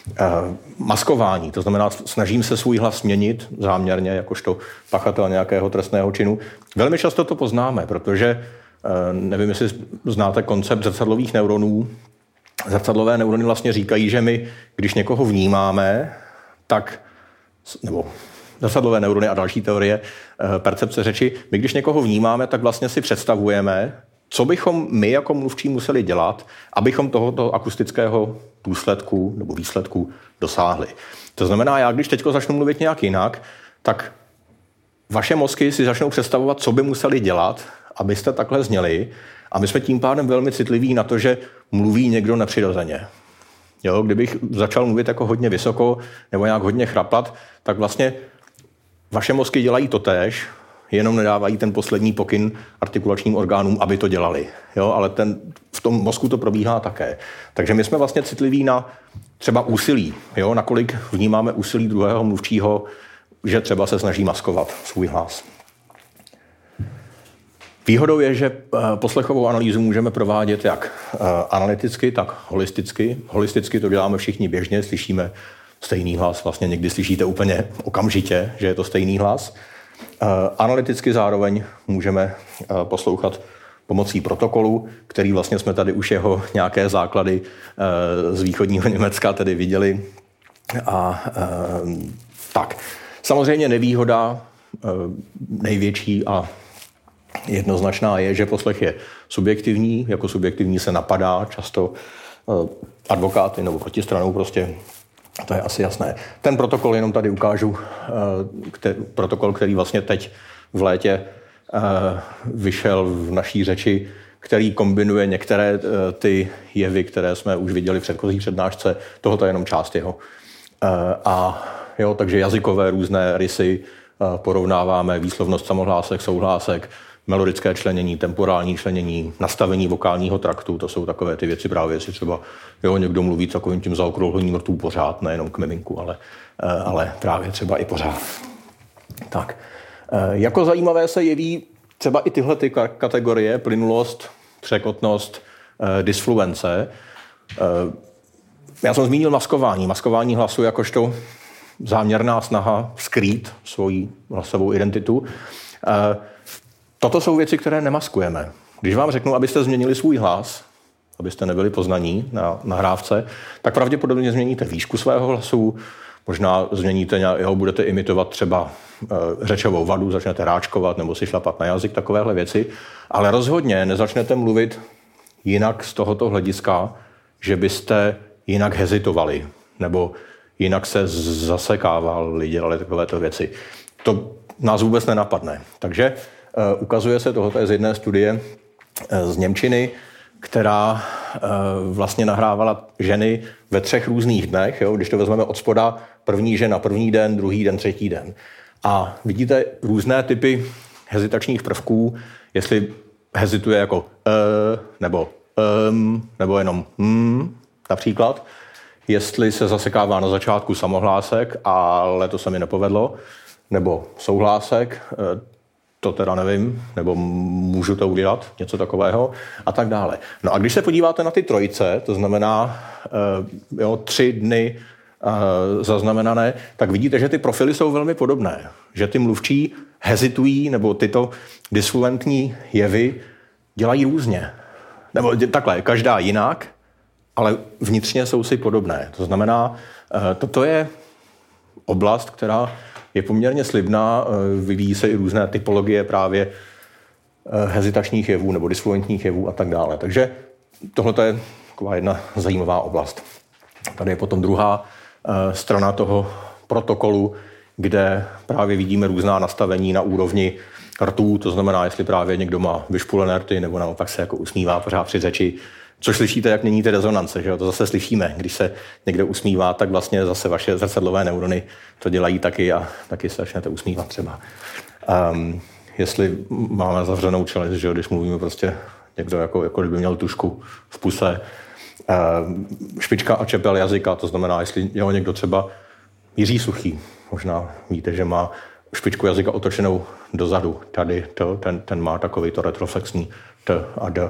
Maskování, to znamená, snažím se svůj hlas měnit záměrně, jakožto pachatel nějakého trestného činu. Velmi často to poznáme, protože nevím, jestli znáte koncept zrcadlových neuronů. Zrcadlové neurony vlastně říkají, že my, když někoho vnímáme, tak, nebo zrcadlové neurony a další teorie percepce řeči, my, když někoho vnímáme, tak vlastně si představujeme, co bychom my jako mluvčí museli dělat, abychom tohoto akustického důsledku nebo výsledku dosáhli. To znamená, já když teďko začnu mluvit nějak jinak, tak vaše mozky si začnou představovat, co by museli dělat, abyste takhle zněli, a my jsme tím pádem velmi citliví na to, že mluví někdo nepřirozeně. Jo, kdybych začal mluvit jako hodně vysoko nebo nějak hodně chrapat, tak vlastně vaše mozky dělají totéž, jenom nedávají ten poslední pokyn artikulačním orgánům, aby to dělali. Jo, ale v tom mozku to probíhá také. Takže my jsme vlastně citliví na třeba úsilí, jo, nakolik vnímáme úsilí druhého mluvčího, že třeba se snaží maskovat svůj hlas. Výhodou je, že poslechovou analýzu můžeme provádět jak analyticky, tak holisticky. Holisticky to děláme všichni běžně, slyšíme stejný hlas, vlastně někdy slyšíte úplně okamžitě, že je to stejný hlas. Analyticky zároveň můžeme poslouchat pomocí protokolu, který vlastně jsme tady už jeho nějaké základy z východního Německa tedy viděli. A tak. Samozřejmě nevýhoda největší a jednoznačná je, že poslech je subjektivní. Jako subjektivní se napadá často advokáty nebo protistranou prostě. To je asi jasné. Ten protokol jenom tady ukážu. Protokol, který vlastně teď v létě vyšel v naší řeči, který kombinuje některé ty jevy, které jsme už viděli v předchozí přednášce. Tohoto je jenom část jeho. Takže jazykové různé rysy, porovnáváme výslovnost samohlásek, souhlásek, melodické členění, temporální členění, nastavení vokálního traktu, to jsou takové ty věci právě, jestli třeba někdo mluví takovým tím zaokrouhlením rtů pořád, nejenom k miminku, ale právě třeba i pořád. Tak. Jako zajímavé se jeví třeba i tyhle ty kategorie, plynulost, překotnost, disfluence. Já jsem zmínil maskování hlasu jakožto záměrná snaha skrýt svoji hlasovou identitu. Toto jsou věci, které nemaskujeme. Když vám řeknu, abyste změnili svůj hlas, abyste nebyli poznaní na nahrávce, tak pravděpodobně změníte výšku svého hlasu, možná změníte, budete imitovat třeba řečovou vadu, začnete ráčkovat nebo si šlapat na jazyk, takovéhle věci, ale rozhodně nezačnete mluvit jinak z tohoto hlediska, že byste jinak hezitovali nebo jinak se zasekávali, dělali takovéto věci. To nás vůbec nenapadne. Takže ukazuje se, tohoto je z jedné studie z němčiny, která vlastně nahrávala ženy ve 3 různých dnech. Když to vezmeme od spoda, první žena, první den, druhý den, třetí den. A vidíte různé typy hezitačních prvků, jestli hezituje jako nebo jenom například, jestli se zasekává na začátku samohlásek, ale to se mi nepovedlo, nebo souhlásek, to teda nevím, nebo můžu to udělat, něco takového a tak dále. No a když se podíváte na ty trojice, to znamená 3 dny zaznamenané, tak vidíte, že ty profily jsou velmi podobné. Že ty mluvčí hezitují, nebo tyto disfluentní jevy dělají různě. Nebo takhle, každá jinak, ale vnitřně jsou si podobné. To znamená, toto je oblast, která je poměrně slibná, vyvíjí se i různé typologie právě hezitačních jevů nebo disfluentních jevů a tak dále. Takže tohle je taková jedna zajímavá oblast. Tady je potom druhá strana toho protokolu, kde právě vidíme různá nastavení na úrovni rtů, to znamená, jestli právě někdo má vyšpulené rty nebo naopak se jako usmívá pořád při řeči, což slyšíte, jak měníte rezonance, že jo? To zase slyšíme. Když se někdo usmívá, tak vlastně zase vaše zrcadlové neurony to dělají taky a taky se začnete usmívat třeba. Jestli máme zavřenou čelist, že jo? Když mluvíme prostě někdo jako kdyby měl tušku v puse, špička a čepel jazyka, to znamená, jestli někdo třeba Jiří Suchý, možná víte, že má špičku jazyka otočenou dozadu, tady ten má takový to retroflexní t a d.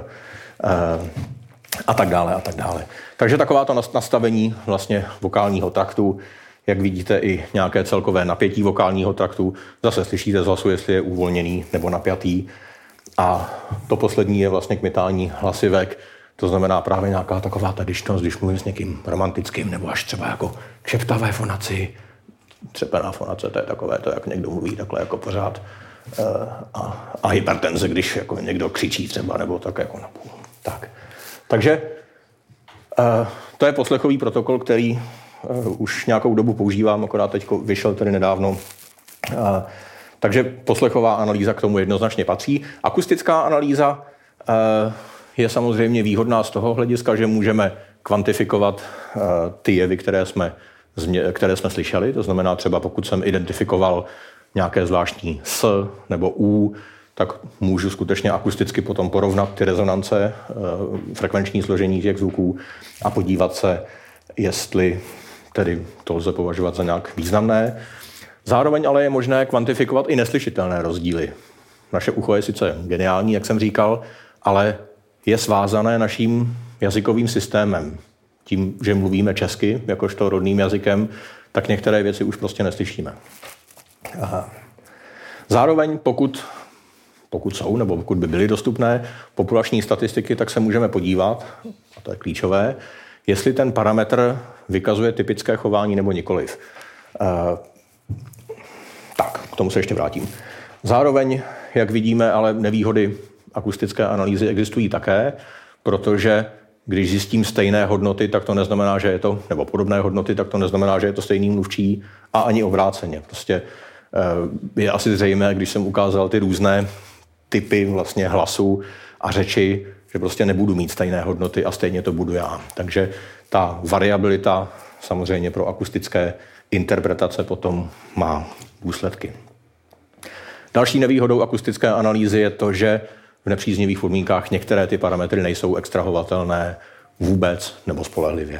A tak dále, a tak dále. Takže takováto nastavení vlastně vokálního traktu, jak vidíte i nějaké celkové napětí vokálního traktu, zase slyšíte z hlasu, jestli je uvolněný nebo napjatý. A to poslední je vlastně kmitání hlasivek, to znamená právě nějaká taková ta dyšnost, když mluvím s někým romantickým, nebo až třeba jako kšeptavé fonaci, třepená fonace, to je takové to, jak někdo mluví takhle jako pořád. A hypertenze, když jako někdo křičí třeba, nebo tak jako napůl. Tak. Takže to je poslechový protokol, který už nějakou dobu používám, akorát teď vyšel tedy nedávno. Takže poslechová analýza k tomu jednoznačně patří. Akustická analýza je samozřejmě výhodná z toho hlediska, že můžeme kvantifikovat ty jevy, které jsme slyšeli. To znamená třeba pokud jsem identifikoval nějaké zvláštní s nebo u, tak můžu skutečně akusticky potom porovnat ty rezonance, frekvenční složení těch zvuků a podívat se, jestli tedy to lze považovat za nějak významné. Zároveň ale je možné kvantifikovat i neslyšitelné rozdíly. Naše ucho je sice geniální, jak jsem říkal, ale je svázané naším jazykovým systémem. Tím, že mluvíme česky, jakožto rodným jazykem, tak některé věci už prostě neslyšíme. Aha. Zároveň, pokud jsou, nebo pokud by byly dostupné populační statistiky, tak se můžeme podívat, a to je klíčové, jestli ten parametr vykazuje typické chování nebo nikoliv. Tak, k tomu se ještě vrátím. Zároveň, jak vidíme, ale nevýhody akustické analýzy existují také, protože když zjistím stejné hodnoty, tak to neznamená, že je to, nebo podobné hodnoty, tak to neznamená, že je to stejný mluvčí a ani obráceně. Prostě je asi zřejmé, když jsem ukázal ty různé typy vlastně hlasu a řeči, že prostě nebudu mít stejné hodnoty a stejně to budu já. Takže ta variabilita samozřejmě pro akustické interpretace potom má důsledky. Další nevýhodou akustické analýzy je to, že v nepříznivých podmínkách některé ty parametry nejsou extrahovatelné vůbec nebo spolehlivě.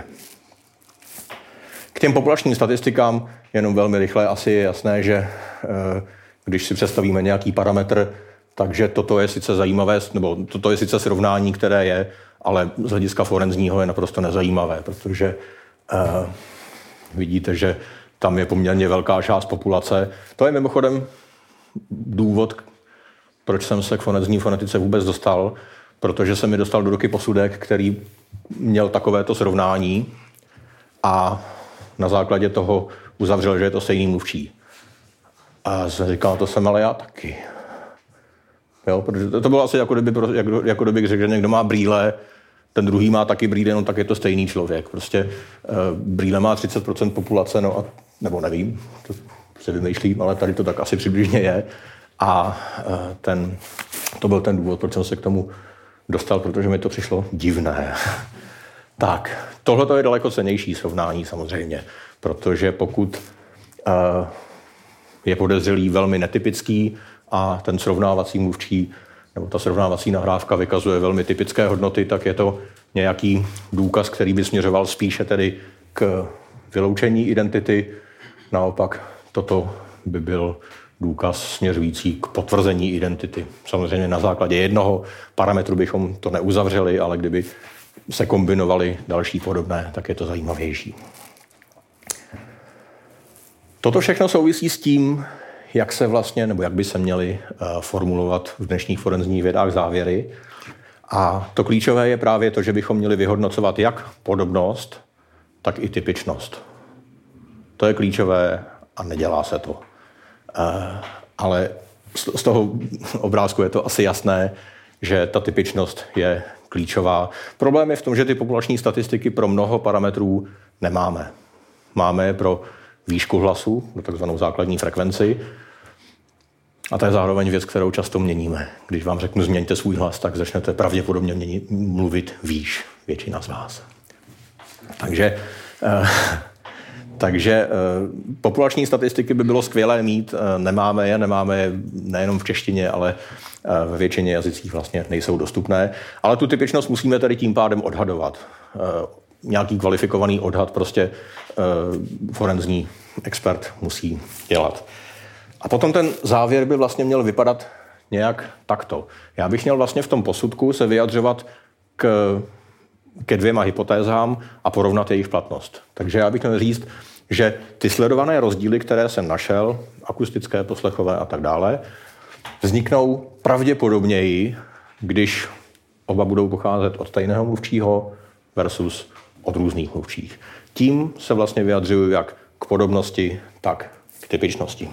K těm populačním statistikám jenom velmi rychle asi je jasné, že když si představíme nějaký parametr, takže toto je sice zajímavé, nebo toto je sice srovnání, které je, ale z hlediska forenzního je naprosto nezajímavé, protože vidíte, že tam je poměrně velká část populace. To je mimochodem důvod, proč jsem se k forenzní fonetice vůbec dostal, protože se mi dostal do ruky posudek, který měl takovéto srovnání a na základě toho uzavřel, že je to stejný mluvčí. A jsem říkal, to jsem ale já taky. Jo, protože to bylo asi jako kdybych řekl, že někdo má brýle, ten druhý má taky brýle, no tak je to stejný člověk. Prostě brýle má 30% populace, no a, nebo nevím, to si vymýšlím, ale tady to tak asi přibližně je. A to byl ten důvod, proč jsem se k tomu dostal, protože mi to přišlo divné. Tak, tohle je daleko cennější srovnání samozřejmě, protože pokud je podezřelý velmi netypický a ten srovnávací mluvčí nebo ta srovnávací nahrávka vykazuje velmi typické hodnoty, tak je to nějaký důkaz, který by směřoval spíše tedy k vyloučení identity. Naopak toto by byl důkaz směřující k potvrzení identity. Samozřejmě na základě jednoho parametru bychom to neuzavřeli, ale kdyby se kombinovaly další podobné, tak je to zajímavější. Toto všechno souvisí s tím, jak se vlastně, nebo jak by se měly formulovat v dnešních forenzních vědách závěry. A to klíčové je právě to, že bychom měli vyhodnocovat jak podobnost, tak i typičnost. To je klíčové a nedělá se to. Ale z toho obrázku je to asi jasné, že ta typičnost je klíčová. Problém je v tom, že ty populační statistiky pro mnoho parametrů nemáme. Máme je pro výšku hlasu, do takzvanou základní frekvenci, a to je zároveň věc, kterou často měníme. Když vám řeknu, změňte svůj hlas, tak začnete pravděpodobně mluvit výš, většina z vás. Takže populační statistiky by bylo skvělé mít, nemáme je nejenom v češtině, ale ve většině jazycích vlastně nejsou dostupné. Ale tu typičnost musíme tedy tím pádem odhadovat. Nějaký kvalifikovaný odhad prostě forenzní expert musí dělat. A potom ten závěr by vlastně měl vypadat nějak takto. Já bych měl vlastně v tom posudku se vyjadřovat ke dvěma hypotézám a porovnat jejich platnost. Takže já bych měl říct, že ty sledované rozdíly, které jsem našel, akustické, poslechové a tak dále, vzniknou pravděpodobněji, když oba budou pocházet od stejného mluvčího versus od různých mluvčích. Tím se vlastně vyjadřuju jak k podobnosti, tak k typičnosti.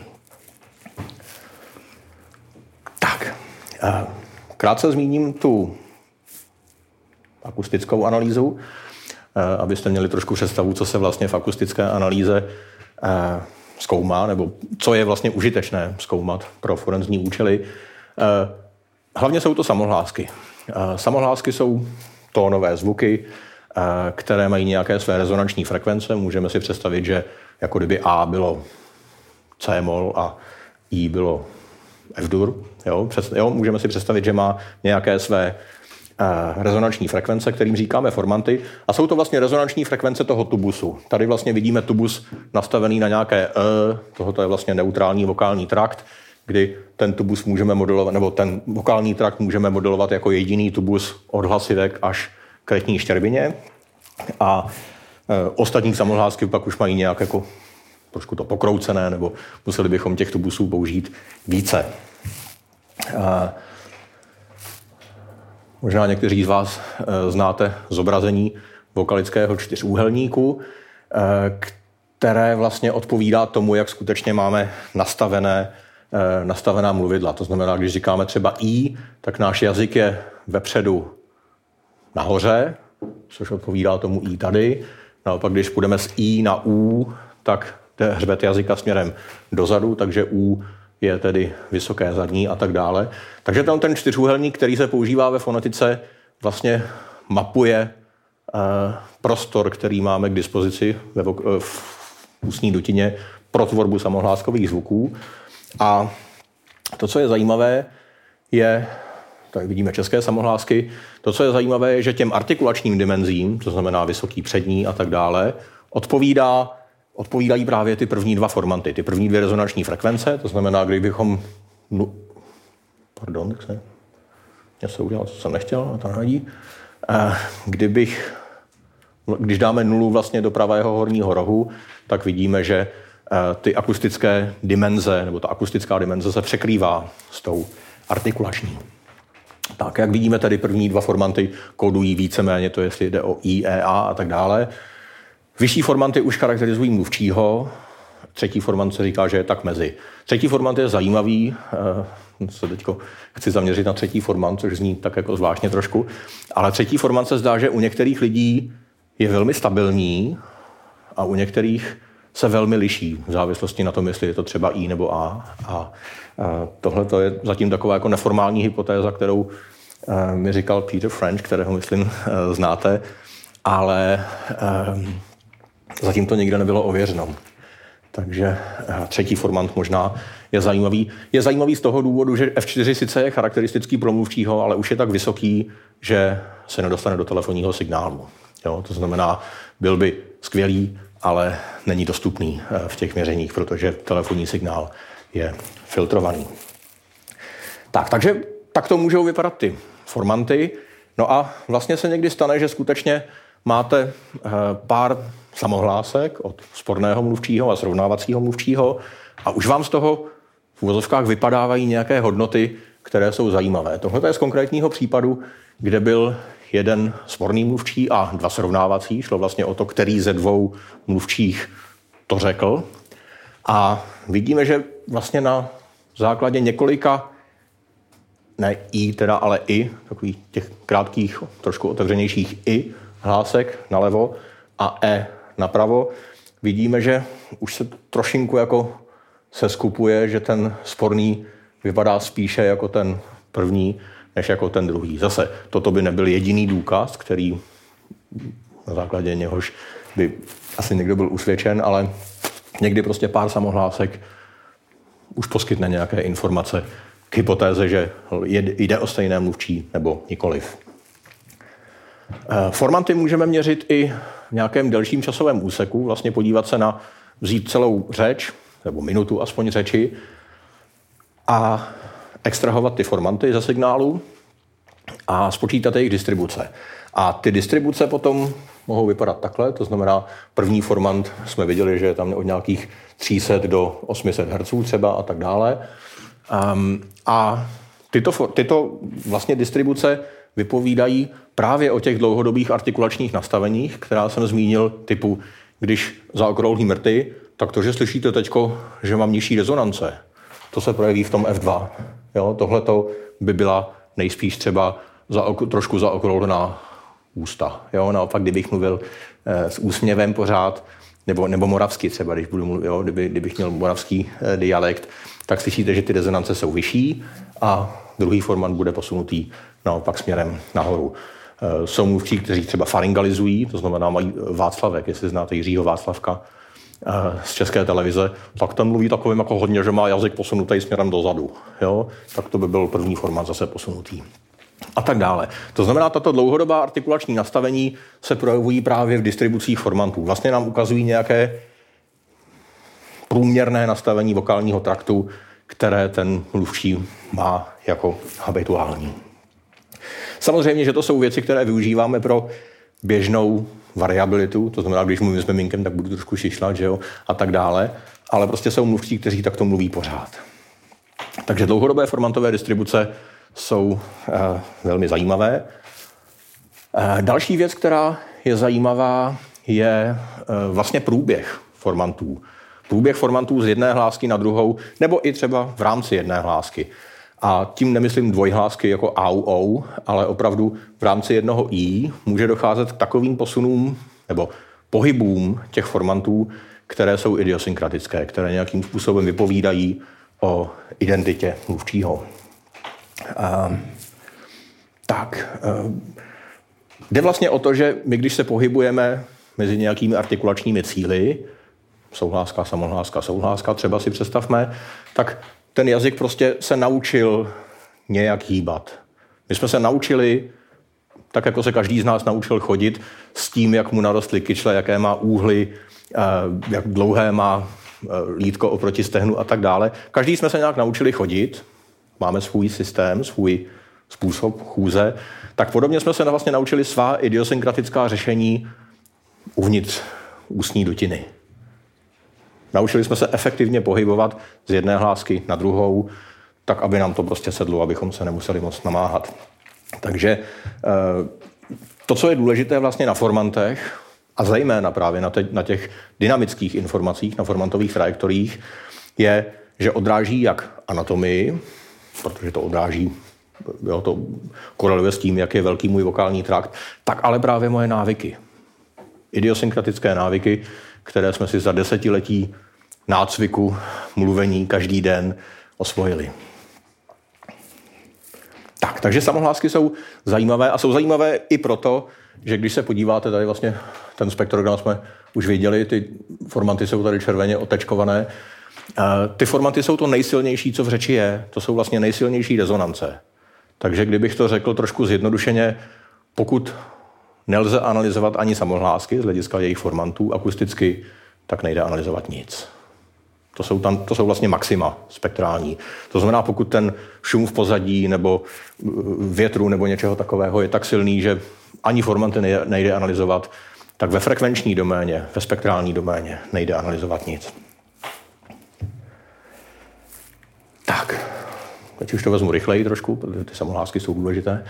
Tak, krátce zmíním tu akustickou analýzu, abyste měli trošku představu, co se vlastně v akustické analýze zkoumá, nebo co je vlastně užitečné zkoumat pro forenzní účely. Hlavně jsou to samohlásky. Samohlásky jsou tónové zvuky, které mají nějaké své rezonanční frekvence. Můžeme si představit, že jako kdyby A bylo C-mol a I bylo F-dur. Jo, můžeme si představit, že má nějaké své rezonanční frekvence, kterým říkáme formanty. A jsou to vlastně rezonanční frekvence toho tubusu. Tady vlastně vidíme tubus nastavený na nějaké tohoto je vlastně neutrální vokální trakt, kdy ten tubus můžeme modelovat, nebo ten vokální trakt můžeme modelovat jako jediný tubus od hlasivek až k retní štěrbině. A ostatní samohlásky pak už mají nějak jako trošku to pokroucené, nebo museli bychom těch tubusů použít více. Možná někteří z vás znáte zobrazení vokalického čtyřúhelníku, které vlastně odpovídá tomu, jak skutečně máme nastavené nastavená mluvidla. To znamená, když říkáme třeba I, tak náš jazyk je vepředu nahoře, což odpovídá tomu I tady. Naopak, když půjdeme z I na U, tak jde hřbet jazyka směrem dozadu, takže U je tedy vysoké zadní a tak dále. Takže ten čtyřúhelník, který se používá ve fonetice, vlastně mapuje prostor, který máme k dispozici v ústní dutině pro tvorbu samohláskových zvuků. A to, co je zajímavé, je, tady vidíme české samohlásky, to, co je zajímavé, je, že těm artikulačním dimenzím, to znamená vysoký, přední a tak dále, odpovídají právě ty první dva formanty, ty první dvě rezonanční frekvence, to znamená, kdybychom... Pardon, tak se něco udělal, co jsem nechtěl, a to nevadí. Když dáme nulu vlastně do pravého horního rohu, tak vidíme, že ty akustické dimenze, nebo ta akustická dimenze se překrývá s tou artikulační. Tak, jak vidíme, tady první dva formanty kódují víceméně to, jestli jde o I, E, A a tak dále. Vyšší formanty už charakterizují mluvčího, třetí formant se říká, že je tak mezi. Třetí formant je zajímavý, se teďko chci zaměřit na třetí formant, což zní tak jako zvláštně trošku, ale třetí formant se zdá, že u některých lidí je velmi stabilní a u některých se velmi liší v závislosti na tom, jestli je to třeba I nebo A. A tohle to je zatím taková jako neformální hypotéza, kterou mi říkal Peter French, kterého myslím znáte, ale zatím to nikde nebylo ověřeno. Takže třetí formant možná je zajímavý. Je zajímavý z toho důvodu, že F4 sice je charakteristický pro mluvčího, ale už je tak vysoký, že se nedostane do telefonního signálu. Jo, to znamená, byl by skvělý, ale není dostupný v těch měřeních, protože telefonní signál je filtrovaný. Takže tak to můžou vypadat ty formanty. No a vlastně se někdy stane, že skutečně máte pár samohlásek od sporného mluvčího a srovnávacího mluvčího a už vám z toho v uvozovkách vypadávají nějaké hodnoty, které jsou zajímavé. Tohle je z konkrétního případu, kde byl jeden sporný mluvčí a dva srovnávací. Šlo vlastně o to, který ze dvou mluvčích to řekl. A vidíme, že vlastně na základě několika, ne I teda, ale I, takových těch krátkých, trošku otevřenějších I hlásek nalevo a E napravo, vidíme, že už se trošinku jako se skupuje, že ten sporný vypadá spíše jako ten první, než jako ten druhý. Zase, toto by nebyl jediný důkaz, který na základě něhož by asi někdo byl usvědčen, ale někdy prostě pár samohlásek už poskytne nějaké informace k hypotéze, že jde o stejné mluvčí nebo nikoliv. Formanty můžeme měřit i v nějakém delším časovém úseku, vlastně podívat se na vzít celou řeč, nebo minutu aspoň řeči a extrahovat ty formanty ze signálu a spočítat jejich distribuce. A ty distribuce potom mohou vypadat takhle, to znamená první formant jsme viděli, že je tam od nějakých 300 do 800 Hz třeba a tak dále. A tyto vlastně distribuce vypovídají právě o těch dlouhodobých artikulačních nastaveních, která jsem zmínil, typu, když zaokrouhlím rty, tak to, že slyšíte teďko, že mám nižší rezonance, to se projeví v tom F2. Tohleto by byla nejspíš třeba trošku zaokrouhlená ústa. Jo? Naopak, kdybych mluvil s úsměvem pořád, nebo moravsky třeba, když budu mluvit, kdybych měl moravský dialekt, tak slyšíte, že ty rezonance jsou vyšší a druhý formant bude posunutý naopak směrem nahoru. Jsou mluvčí, kteří třeba faryngalizují, to znamená mají Václavek, jestli znáte Jiřího Václavka z České televize, tak ten mluví takovým jako hodně, že má jazyk posunutý směrem dozadu. Jo? Tak to by byl první formát zase posunutý. A tak dále. To znamená, tato dlouhodobá artikulační nastavení se projevují právě v distribucích formantů. Vlastně nám ukazují nějaké průměrné nastavení vokálního traktu, které ten mluvčí má jako habituální. Samozřejmě, že to jsou věci, které využíváme pro běžnou variabilitu, to znamená, když mluvím s miminkem, tak budu trošku šišlat, že jo, a tak dále, ale prostě jsou mluvčí, kteří takto mluví pořád. Takže dlouhodobé formantové distribuce jsou velmi zajímavé. Další věc, která je zajímavá, je vlastně průběh formantů. průběh formantů z jedné hlásky na druhou, nebo i třeba v rámci jedné hlásky. A tím nemyslím dvojhlásky jako au, ale opravdu v rámci jednoho i může docházet k takovým posunům nebo pohybům těch formantů, které jsou idiosynkratické, které nějakým způsobem vypovídají o identitě mluvčího. Jde vlastně o to, že my, když se pohybujeme mezi nějakými artikulačními cíli, souhláska, samohláska, souhláska, třeba si představme, tak ten jazyk prostě se naučil nějak hýbat. My jsme se naučili, tak jako se každý z nás naučil chodit, s tím, jak mu narostly kyčle, jaké má úhly, jak dlouhé má lítko oproti stehnu a tak dále. Každý jsme se nějak naučili chodit, máme svůj systém, svůj způsob chůze, tak podobně jsme se vlastně naučili svá idiosynkratická řešení uvnitř ústní dutiny. Naučili jsme se efektivně pohybovat z jedné hlásky na druhou, tak, aby nám to prostě sedlo, abychom se nemuseli moc namáhat. Takže to, co je důležité vlastně na formantech, a zejména právě na těch dynamických informacích, na formantových trajektoriích, je, že odráží jak anatomii, protože to odráží, to koreluje s tím, jak je velký můj vokální trakt, tak ale právě moje návyky. Idiosynkratické návyky, které jsme si za desetiletí nácviku, mluvení každý den osvojili. Takže samohlásky jsou zajímavé a jsou zajímavé i proto, že když se podíváte, tady vlastně ten spektrogram jsme už viděli, ty formanty jsou tady červeně otečkované. Ty formanty jsou to nejsilnější, co v řeči je. To jsou vlastně nejsilnější rezonance. Takže kdybych to řekl trošku zjednodušeně, pokud nelze analyzovat ani samohlásky z hlediska jejich formantů akusticky, tak nejde analyzovat nic. To jsou vlastně maxima spektrální. To znamená, pokud ten šum v pozadí nebo větru nebo něčeho takového je tak silný, že ani formanty nejde analyzovat, tak ve frekvenční doméně, ve spektrální doméně nejde analyzovat nic. Tak, teď už to vezmu rychleji trošku, protože ty samohlásky jsou důležité.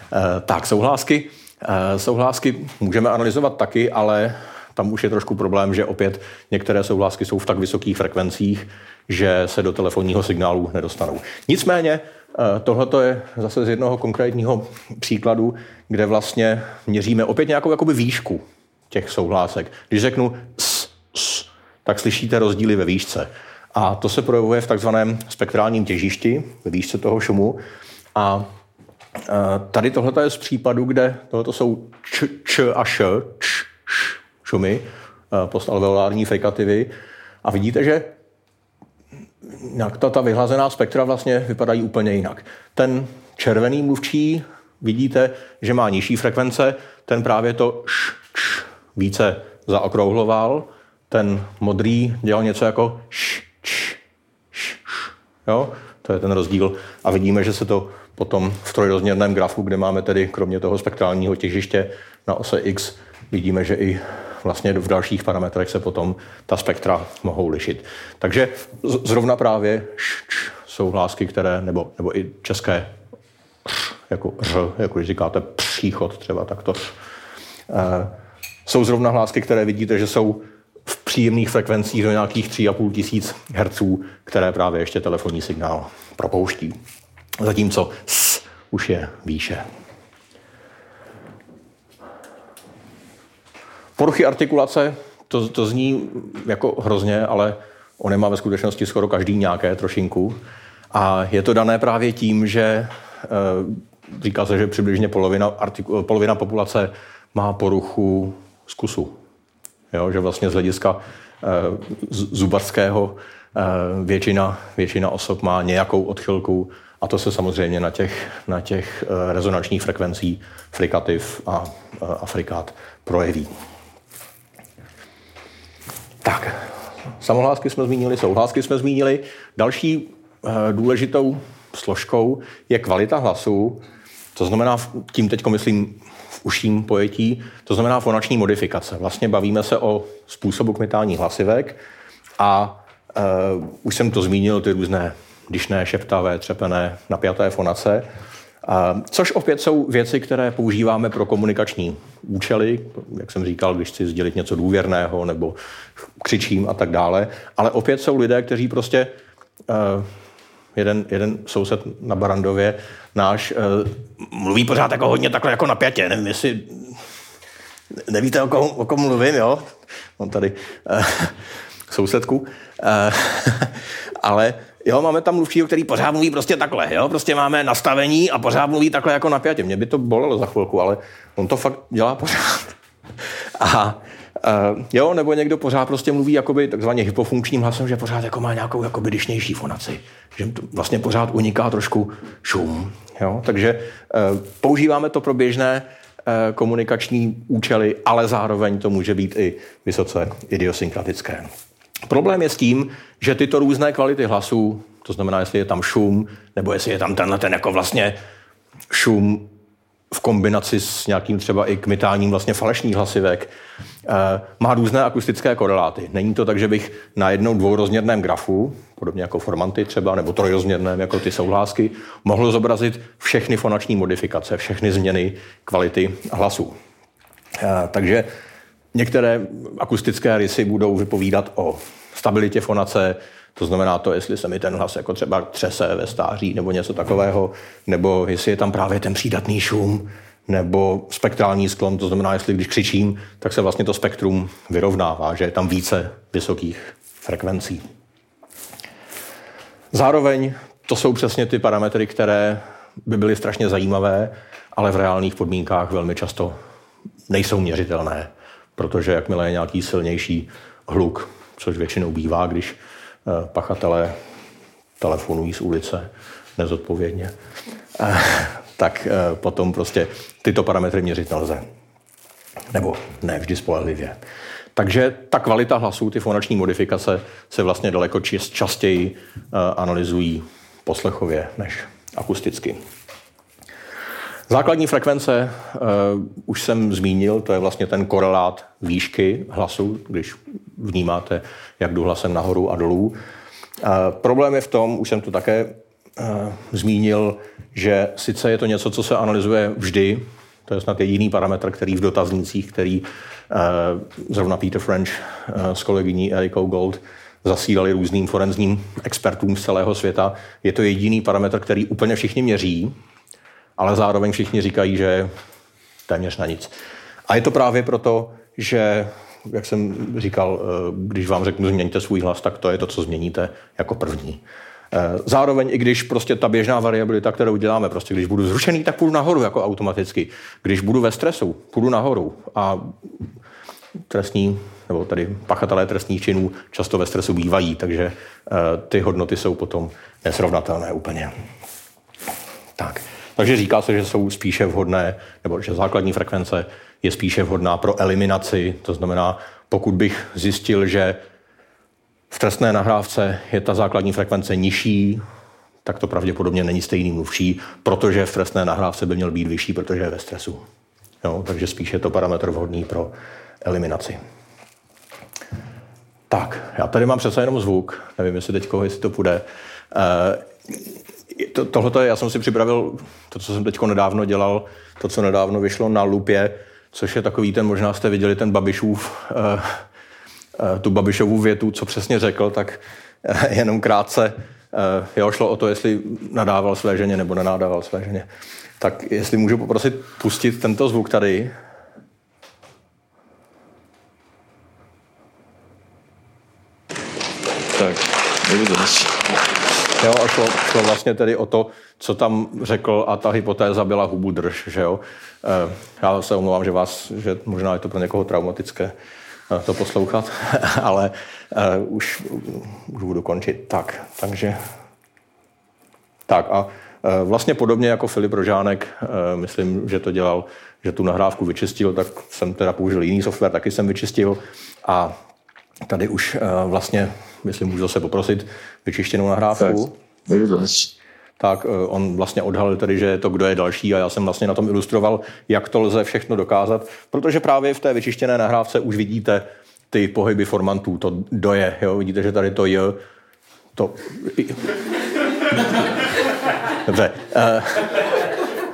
Souhlásky můžeme analyzovat taky, ale tam už je trošku problém, že opět některé souhlásky jsou v tak vysokých frekvencích, že se do telefonního signálu nedostanou. Nicméně tohle je zase z jednoho konkrétního příkladu, kde vlastně měříme opět nějakou jakoby výšku těch souhlásek. Když řeknu s, tak slyšíte rozdíly ve výšce. A to se projevuje v takzvaném spektrálním těžišti, ve výšce toho šumu. A tady tohle je z případu, kde tohle jsou č a š, šumy, postalveolární frikativy. A vidíte, že ta vyhlazená spektra vlastně vypadají úplně jinak. Ten červený mluvčí, vidíte, že má nižší frekvence, ten právě to více zaokrouhloval, ten modrý dělal něco jako jo? To je ten rozdíl. A vidíme, že se to potom v trojrozměrném grafu, kde máme tedy kromě toho spektrálního těžiště na ose X, vidíme, že i vlastně v dalších parametrech se potom ta spektra mohou lišit. Takže zrovna právě souhlásky, které, nebo i české jako jako když říkáte příchod třeba takto, jsou zrovna hlásky, které vidíte, že jsou v příjemných frekvencích do nějakých 3,5 tisíc hertzů, které právě ještě telefonní signál propouští. Zatímco s už je výše. Poruchy artikulace, to zní jako hrozně, ale on má ve skutečnosti skoro každý nějaké trošinku. A je to dané právě tím, že říká se, že přibližně polovina populace má poruchu zkusu. Jo, že vlastně z hlediska zubařského většina osob má nějakou odchylku a to se samozřejmě na těch rezonančních frekvencích frikativ a frikát projeví. Tak, samohlásky jsme zmínili, souhlásky jsme zmínili. Další důležitou složkou je kvalita hlasu, to znamená, tím teď myslím v uším pojetí, to znamená fonační modifikace. Vlastně bavíme se o způsobu kmitání hlasivek a už jsem to zmínil, ty různé dyšné, šeptavé, třepené, napjaté fonace. Což opět jsou věci, které používáme pro komunikační účely, jak jsem říkal, když chci sdělit něco důvěrného nebo křičím a tak dále. Ale opět jsou lidé, kteří prostě, jeden soused na Barandově náš mluví pořád jako hodně takhle jako napjatě. Nevím, jestli nevíte, o kom mluvím, jo? Mám tady sousedku. Ale jo, máme tam mluvčího, který pořád mluví prostě takhle, jo? Prostě máme nastavení a pořád mluví takhle jako napjatě. Mě by to bolelo za chvilku, ale on to fakt dělá pořád. Jo, nebo někdo pořád prostě mluví jakoby takzvaně hypofunkčním hlasem, že pořád jako má nějakou jakoby dyšnější fonaci. Že to vlastně pořád uniká trošku šum. Jo? Takže používáme to pro běžné komunikační účely, ale zároveň to může být i vysoce idiosynkratické. Problém je s tím, že tyto různé kvality hlasů, to znamená, jestli je tam šum, nebo jestli je tam tenhle ten jako vlastně šum v kombinaci s nějakým třeba i kmitáním vlastně falešných hlasivek, má různé akustické koreláty. Není to tak, že bych na jednou dvourozměrném grafu, podobně jako formanty třeba, nebo trojrozměrném jako ty souhlásky, mohl zobrazit všechny fonační modifikace, všechny změny kvality hlasu. Takže některé akustické rysy budou vypovídat o stabilitě fonace, to znamená to, jestli se mi ten hlas jako třeba třese ve stáří nebo něco takového, nebo jestli je tam právě ten přídatný šum, nebo spektrální sklon, to znamená, jestli když křičím, tak se vlastně to spektrum vyrovnává, že je tam více vysokých frekvencí. Zároveň to jsou přesně ty parametry, které by byly strašně zajímavé, ale v reálných podmínkách velmi často nejsou měřitelné, protože jakmile je nějaký silnější hluk, což většinou bývá, když pachatelé telefonují z ulice nezodpovědně, tak potom prostě tyto parametry měřit nelze. Nebo ne vždy spolehlivě. Takže ta kvalita hlasů, ty fonační modifikace se vlastně daleko častěji analyzují poslechově než akusticky. Základní frekvence už jsem zmínil, to je vlastně ten korelát výšky hlasu, když vnímáte, jak jdu hlasem nahoru a dolů. Problém je v tom, už jsem to také zmínil, že sice je to něco, co se analyzuje vždy, to je snad jediný parametr, který v dotaznících, který zrovna Peter French s kolegyní Erikou Gold zasílali různým forenzním expertům z celého světa. Je to jediný parametr, který úplně všichni měří, ale zároveň všichni říkají, že téměř na nic. A je to právě proto, že, jak jsem říkal, když vám řeknu, změňte svůj hlas, tak to je to, co změníte jako první. Zároveň, i když prostě ta běžná variabilita, kterou děláme, prostě když budu zrušený, tak půjdu nahoru jako automaticky. Když budu ve stresu, půjdu nahoru. A trestní, nebo tady pachatelé trestních činů často ve stresu bývají, takže ty hodnoty jsou potom nesrovnatelné úplně. Tak. Takže říká se, že jsou spíše vhodné, nebo že základní frekvence je spíše vhodná pro eliminaci. To znamená, pokud bych zjistil, že v trestné nahrávce je ta základní frekvence nižší, tak to pravděpodobně není stejný mluvčí, protože v trestné nahrávce by měl být vyšší, protože je ve stresu. Jo, takže spíše je to parametr vhodný pro eliminaci. Tak, já tady mám přece jenom zvuk. Nevím, jestli to půjde. Tohle já jsem si připravil to, co jsem teď nedávno dělal, to, co nedávno vyšlo na Lupě, což je takový ten, možná jste viděli ten tu Babišovu větu, co přesně řekl, tak jenom krátce, šlo o to, jestli nadával své ženě nebo nenadával své ženě. Tak jestli můžu poprosit pustit tento zvuk tady. Tak, nebudu další. Jo, a šlo vlastně tedy o to, co tam řekl, a ta hypotéza byla hubu drž, že jo. Já se omlouvám, že možná je to pro někoho traumatické to poslouchat, ale už budu končit. Tak a vlastně podobně jako Filip Rožánek, myslím, že to dělal, že tu nahrávku vyčistil, tak jsem teda použil jiný software, taky jsem vyčistil a tady už vlastně, jestli můžu se poprosit, vyčištěnou nahrávku. Tak on vlastně odhalil tedy, že je to, kdo je další, a já jsem vlastně na tom ilustroval, jak to lze všechno dokázat, protože právě v té vyčištěné nahrávce už vidíte ty pohyby formantů, to doje, jo? Vidíte, že tady to je, to... Dobře.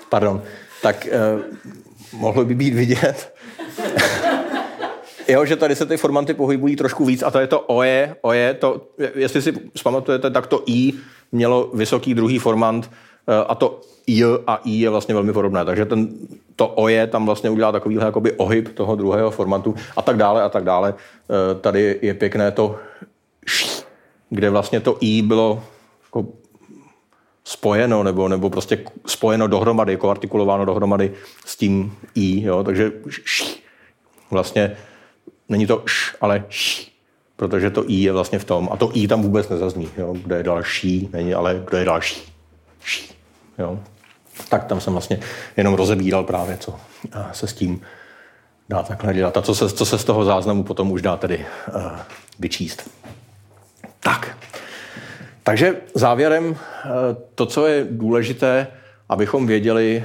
tak mohlo by být vidět, jo, že tady se ty formanty pohybují trošku víc a to je to oje, to, jestli si vzpamatujete, tak to i mělo vysoký druhý formant a to j a i je vlastně velmi podobné, takže to oje tam vlastně udělá takovýhle jakoby ohyb toho druhého formantu a tak dále. Tady je pěkné to š, kde vlastně to i bylo jako spojeno nebo prostě spojeno dohromady, jako artikulováno dohromady s tím i, jo, takže š, vlastně není to š, ale š, protože to i je vlastně v tom a to i tam vůbec nezazní, jo, kdo je další, není, ale kdo je další, š, jo. Tak tam jsem vlastně jenom rozebíral právě, co se s tím dá takhle dělat a co se z toho záznamu potom už dá tedy vyčíst. Tak. Takže závěrem to, co je důležité, abychom věděli,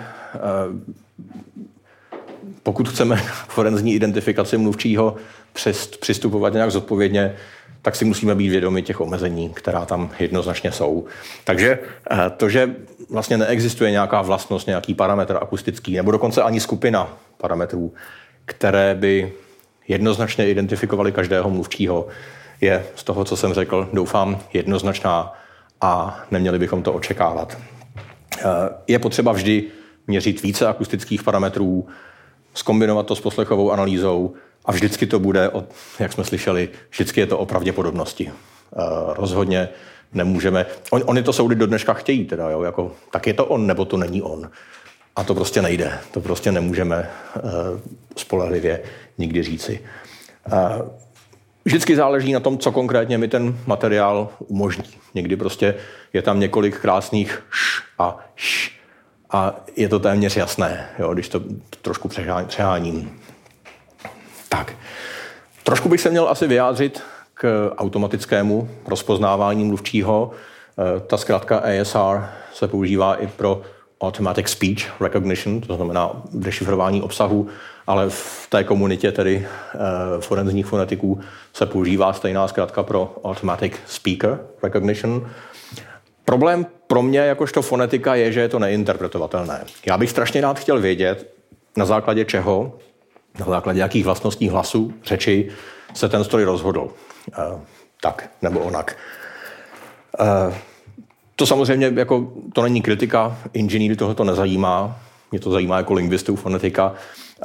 pokud chceme k forenzní identifikaci mluvčího přistupovat nějak zodpovědně, tak si musíme být vědomi těch omezení, která tam jednoznačně jsou. Takže to, že vlastně neexistuje nějaká vlastnost, nějaký parametr akustický, nebo dokonce ani skupina parametrů, které by jednoznačně identifikovaly každého mluvčího, je z toho, co jsem řekl, doufám, jednoznačná a neměli bychom to očekávat. Je potřeba vždy měřit více akustických parametrů, zkombinovat to s poslechovou analýzou a vždycky to bude, jak jsme slyšeli, vždycky je to o pravděpodobnosti. Rozhodně nemůžeme, oni to soudy do dneška chtějí, teda, jo, jako, tak je to on, nebo to není on. A to prostě nejde, to prostě nemůžeme spolehlivě nikdy říci. Vždycky záleží na tom, co konkrétně mi ten materiál umožní. Někdy prostě je tam několik krásných š a je to téměř jasné, jo, když to trošku přeháním. Tak. Trošku bych se měl asi vyjádřit k automatickému rozpoznávání mluvčího. Ta zkratka ASR se používá i pro Automatic Speech Recognition, to znamená dešifrování obsahu, ale v té komunitě tedy forenzních fonetiků se používá stejná zkratka pro Automatic Speaker Recognition. Problém pro mě jakožto fonetika je, že je to neinterpretovatelné. Já bych strašně rád chtěl vědět, na základě čeho, na základě jakých vlastností hlasu, řeči se ten stroj rozhodl. Tak nebo onak. To samozřejmě jako, to není kritika, inženýry tohoto nezajímá, mě to zajímá jako lingvistu, fonetika.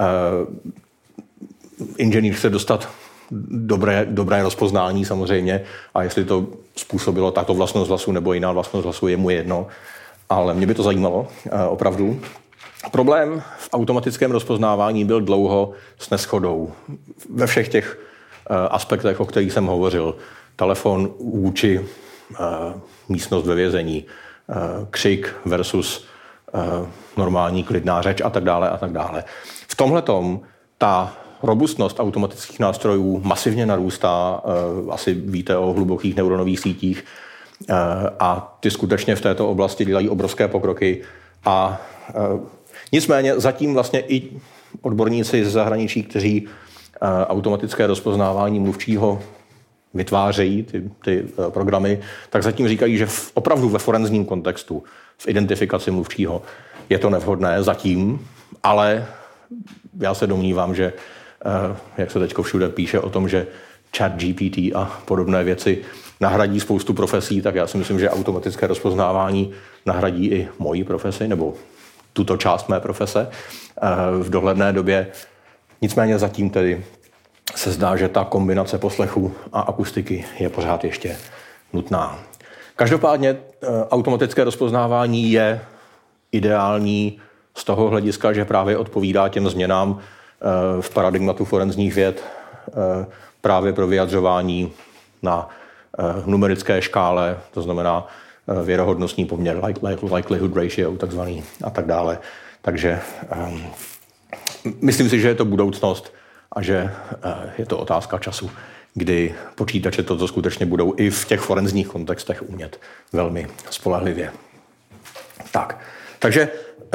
Inženýr chce dostat dobré rozpoznání samozřejmě a jestli to způsobilo tato vlastnost hlasu nebo jiná vlastnost hlasu, je mu jedno, ale mě by to zajímalo opravdu. Problém v automatickém rozpoznávání byl dlouho s neshodou ve všech těch aspektech, o kterých jsem hovořil. Telefon vůči místnost ve vězení, křik versus normální klidná řeč a tak dále. V tomhletom ta robustnost automatických nástrojů masivně narůstá, asi víte o hlubokých neuronových sítích a ty skutečně v této oblasti dělají obrovské pokroky a nicméně zatím vlastně i odborníci z zahraničí, kteří automatické rozpoznávání mluvčího vytvářejí ty programy, tak zatím říkají, že opravdu ve forenzním kontextu, v identifikaci mluvčího je to nevhodné zatím, ale já se domnívám, že jak se teďko všude píše o tom, že ChatGPT a podobné věci nahradí spoustu profesí, tak já si myslím, že automatické rozpoznávání nahradí i moji profesi, nebo tuto část mé profese v dohledné době. Nicméně zatím tedy se zdá, že ta kombinace poslechu a akustiky je pořád ještě nutná. Každopádně automatické rozpoznávání je ideální z toho hlediska, že právě odpovídá těm změnám v paradigmatu forenzních věd právě pro vyjadřování na numerické škále, to znamená věrohodnostní poměr, likelihood ratio takzvaný a tak dále. Takže myslím si, že je to budoucnost a že je to otázka času, kdy počítače toto skutečně budou i v těch forenzních kontextech umět velmi spolehlivě. Tak, takže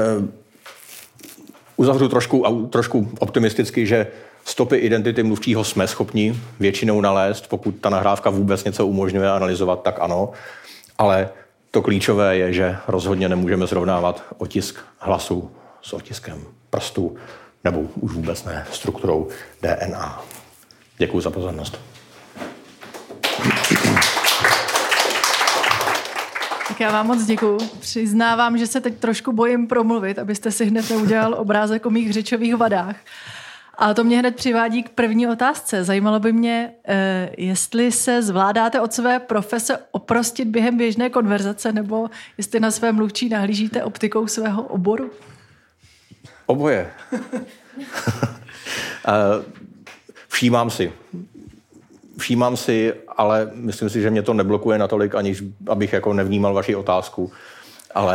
uzavřu trošku optimisticky, že stopy identity mluvčího jsme schopni většinou nalézt, pokud ta nahrávka vůbec něco umožňuje analyzovat, tak ano, ale To klíčové je, že rozhodně nemůžeme srovnávat otisk hlasu s otiskem prstu, nebo už vůbec ne strukturou DNA. Děkuji za pozornost. Tak já vám moc děkuju. Přiznávám, že se teď trošku bojím promluvit, abyste si hned neudělal obrázek o mých řečových vadách. A to mě hned přivádí k první otázce. Zajímalo by mě, jestli se zvládáte od své profese oprostit během běžné konverzace, nebo jestli na své mluvčí nahlížíte optikou svého oboru? Oboje. Všímám si, ale myslím si, že mě to neblokuje natolik, aniž abych jako nevnímal vaši otázku. Ale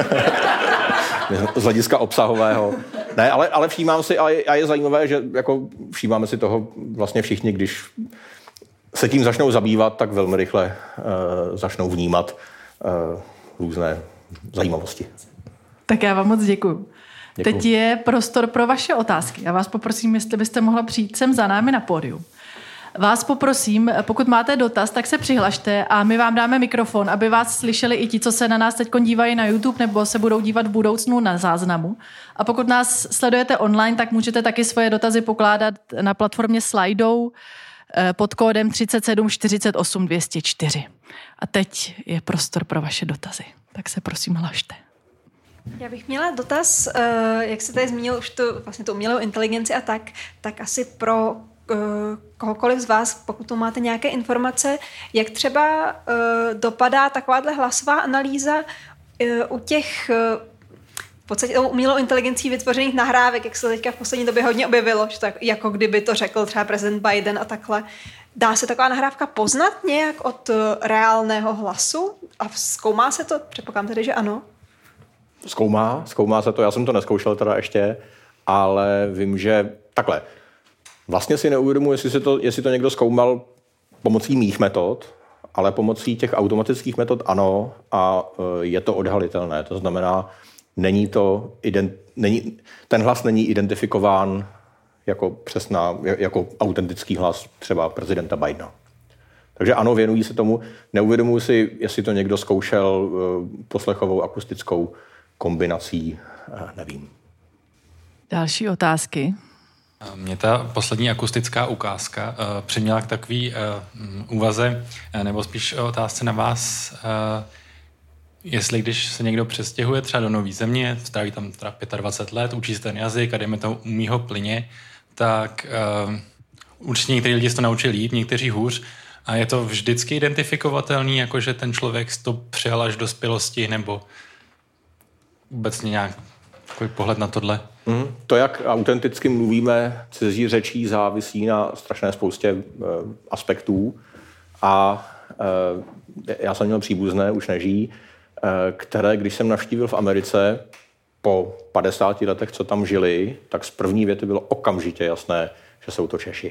z hlediska obsahového. Ne, ale všímám si a je zajímavé, že jako všímáme si toho vlastně všichni, když se tím začnou zabývat, tak velmi rychle začnou vnímat různé zajímavosti. Tak já vám moc děkuju. Teď je prostor pro vaše otázky. Já vás poprosím, jestli byste mohla přijít sem za námi na pódium. Vás poprosím, pokud máte dotaz, tak se přihlašte a my vám dáme mikrofon, aby vás slyšeli i ti, co se na nás teď dívají na YouTube nebo se budou dívat v budoucnu na záznamu. A pokud nás sledujete online, tak můžete taky svoje dotazy pokládat na platformě Slido pod kódem 37 48 204. A teď je prostor pro vaše dotazy. Tak se prosím hlašte. Já bych měla dotaz, jak se tady zmínil už vlastně tu umělou inteligenci a tak asi pro kohokoliv z vás, pokud tu máte nějaké informace, jak třeba dopadá takováhle hlasová analýza u těch v podstatě umělou inteligencí vytvořených nahrávek, jak se teďka v poslední době hodně objevilo, že tak, jako kdyby to řekl třeba prezident Biden a takhle. Dá se taková nahrávka poznat nějak od reálného hlasu? A zkoumá se to? Předpokládám tedy, že ano. Zkoumá se to, já jsem to nezkoušel teda ještě, ale vím, že takhle. Vlastně si neuvědomuji, jestli to někdo zkoumal pomocí mých metod, ale pomocí těch automatických metod ano a je to odhalitelné. To znamená, ten hlas není identifikován jako autentický hlas třeba prezidenta Bidena. Takže ano, věnují se tomu. Neuvědomuji si, jestli to někdo zkoušel poslechovou akustickou kombinací, nevím. Další otázky. Mě ta poslední akustická ukázka přiměla k takový úvaze, nebo spíš otázce na vás, jestli když se někdo přestěhuje třeba do nové země, stráví tam 25 let, učí se ten jazyk a dejme to umí ho plyně, tak určitě někteří lidi se to naučí líp, někteří hůř. A je to vždycky identifikovatelný, jakože ten člověk to přijal až do dospělosti, nebo vůbec nějak takový pohled na tohle? To, jak autenticky mluvíme cizí řečí, závisí na strašné spoustě aspektů. A já jsem měl příbuzné, už nežijí, které, když jsem navštívil v Americe po 50 letech, co tam žili, tak z první věty bylo okamžitě jasné, že jsou to Češi.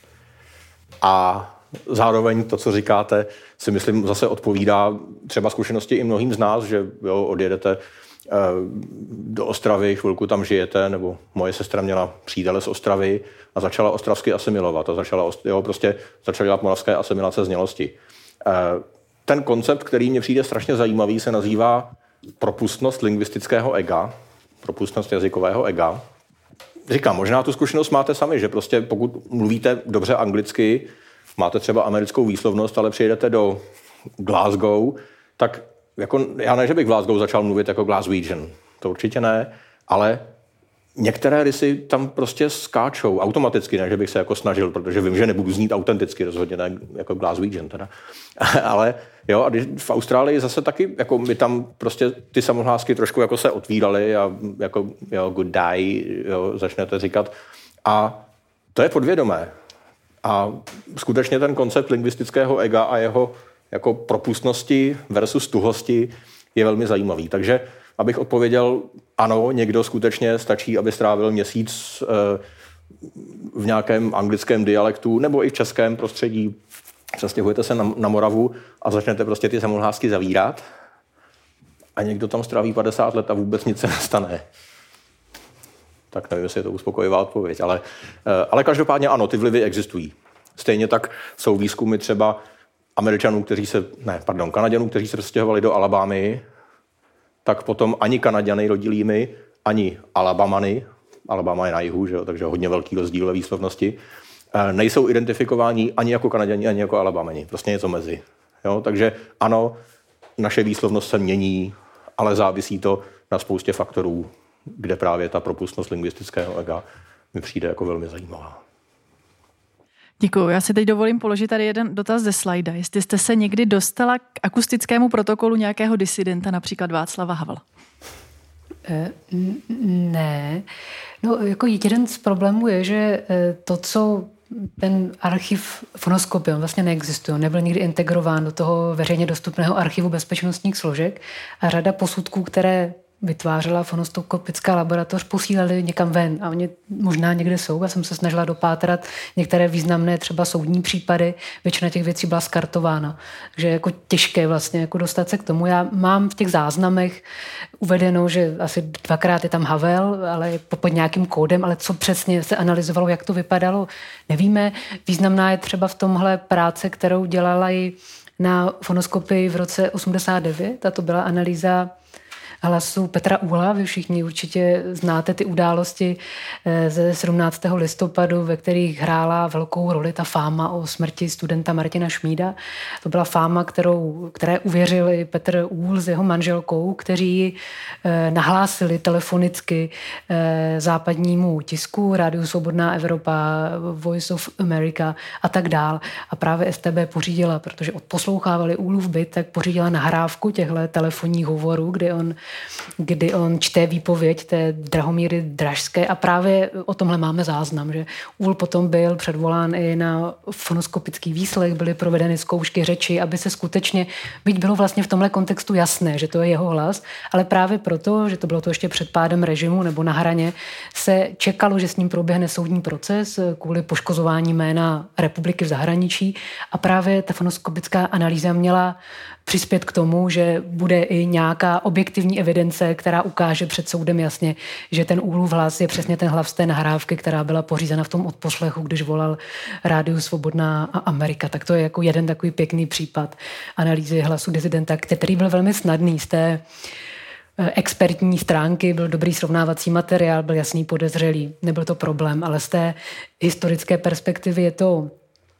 A zároveň to, co říkáte, si myslím zase odpovídá třeba zkušenosti i mnohým z nás, že jo, odjedete do Ostravy, chvilku tam žijete, nebo moje sestra měla přítele z Ostravy a začala ostravsky asimilovat a začala dělat moravské asimilace znělosti. Ten koncept, který mně přijde strašně zajímavý, se nazývá propustnost lingvistického ega, propustnost jazykového ega. Říkám, možná tu zkušenost máte sami, že prostě pokud mluvíte dobře anglicky, máte třeba americkou výslovnost, ale přijedete do Glasgow, tak jako, já ne, že bych v Glasgow začal mluvit jako Glaswegian, to určitě ne, ale některé rysy tam prostě skáčou automaticky, ne, že bych se jako snažil, protože vím, že nebudu znít autenticky, rozhodně ne jako Glaswegian teda. Ale jo, a když v Austrálii zase taky, jako my tam prostě ty samohlásky trošku jako se otvíraly a jako jo, good day, jo, začnete říkat. A to je podvědomé. A skutečně ten koncept lingvistického ega a jeho jako propustnosti versus tuhosti je velmi zajímavý. Takže abych odpověděl, ano, někdo skutečně stačí, aby strávil měsíc v nějakém anglickém dialektu nebo i v českém prostředí. Přestěhujete se na Moravu a začnete prostě ty samohlásky zavírat a někdo tam stráví 50 let a vůbec nic se nestane. Tak nevím, jestli je to uspokojivá odpověď, ale každopádně ano, ty vlivy existují. Stejně tak jsou výzkumy třeba Kanaďanů, kteří se přestěhovali do Alabamy, tak potom ani Kanaďany rodilými, ani Alabamany, Alabama je na jihu, že jo, takže hodně velký rozdíl ve výslovnosti, nejsou identifikováni ani jako Kanaďani, ani jako Alabamani. Prostě něco mezi. Jo, takže ano, naše výslovnost se mění, ale závisí to na spoustě faktorů, kde právě ta propustnost lingvistického ega mi přijde jako velmi zajímavá. Děkuju. Já si teď dovolím položit tady jeden dotaz ze slajda. Jestli jste se někdy dostala k akustickému protokolu nějakého disidenta, například Václava Havla? Ne. No, jako jeden z problémů je, že to, co ten archiv Fonoskopy, on vlastně neexistuje, on nebyl nikdy integrován do toho veřejně dostupného archivu bezpečnostních složek a řada posudků, které vytvářela fonoskopická laboratoř, posílali někam ven a oni možná někde jsou. Já jsem se snažila dopátrat některé významné třeba soudní případy, většina těch věcí byla skartována. Takže je jako těžké vlastně jako dostat se k tomu. Já mám v těch záznamech uvedeno, že asi 2krát je tam Havel, ale pod nějakým kódem, ale co přesně se analyzovalo, jak to vypadalo, nevíme. Významná je třeba v tomhle práce, kterou dělala i na Fonoskopii v roce 89, a to byla analýza hlasu Petra Úhla. Vy všichni určitě znáte ty události ze 17. listopadu, ve kterých hrála velkou roli ta fáma o smrti studenta Martina Šmída. To byla fáma, které uvěřil i Petr Úhl s jeho manželkou, kteří nahlásili telefonicky západnímu tisku, Rádiu Svobodná Evropa, Voice of America a tak dál. A právě STB pořídila, protože odposlouchávali Úhlův byt, tak pořídila nahrávku těchto telefonních hovorů, kdy on čte výpověď té Drahomíry Dražské a právě o tomhle máme záznam, že Úhl potom byl předvolán i na fonoskopický výslech, byly provedeny zkoušky řeči, aby se skutečně, byť bylo vlastně v tomhle kontextu jasné, že to je jeho hlas, ale právě proto, že to bylo to ještě před pádem režimu nebo na hraně, se čekalo, že s ním proběhne soudní proces kvůli poškozování jména republiky v zahraničí a právě ta fonoskopická analýza měla přispět k tomu, že bude i nějaká objektivní evidence, která ukáže před soudem jasně, že ten Úhlův hlas je přesně ten hlas té nahrávky, která byla pořízena v tom odposlechu, když volal Rádiu Svobodná Amerika. Tak to je jako jeden takový pěkný případ analýzy hlasu disidenta, který byl velmi snadný z té expertní stránky, byl dobrý srovnávací materiál, byl jasný podezřelý, nebyl to problém, ale z té historické perspektivy je to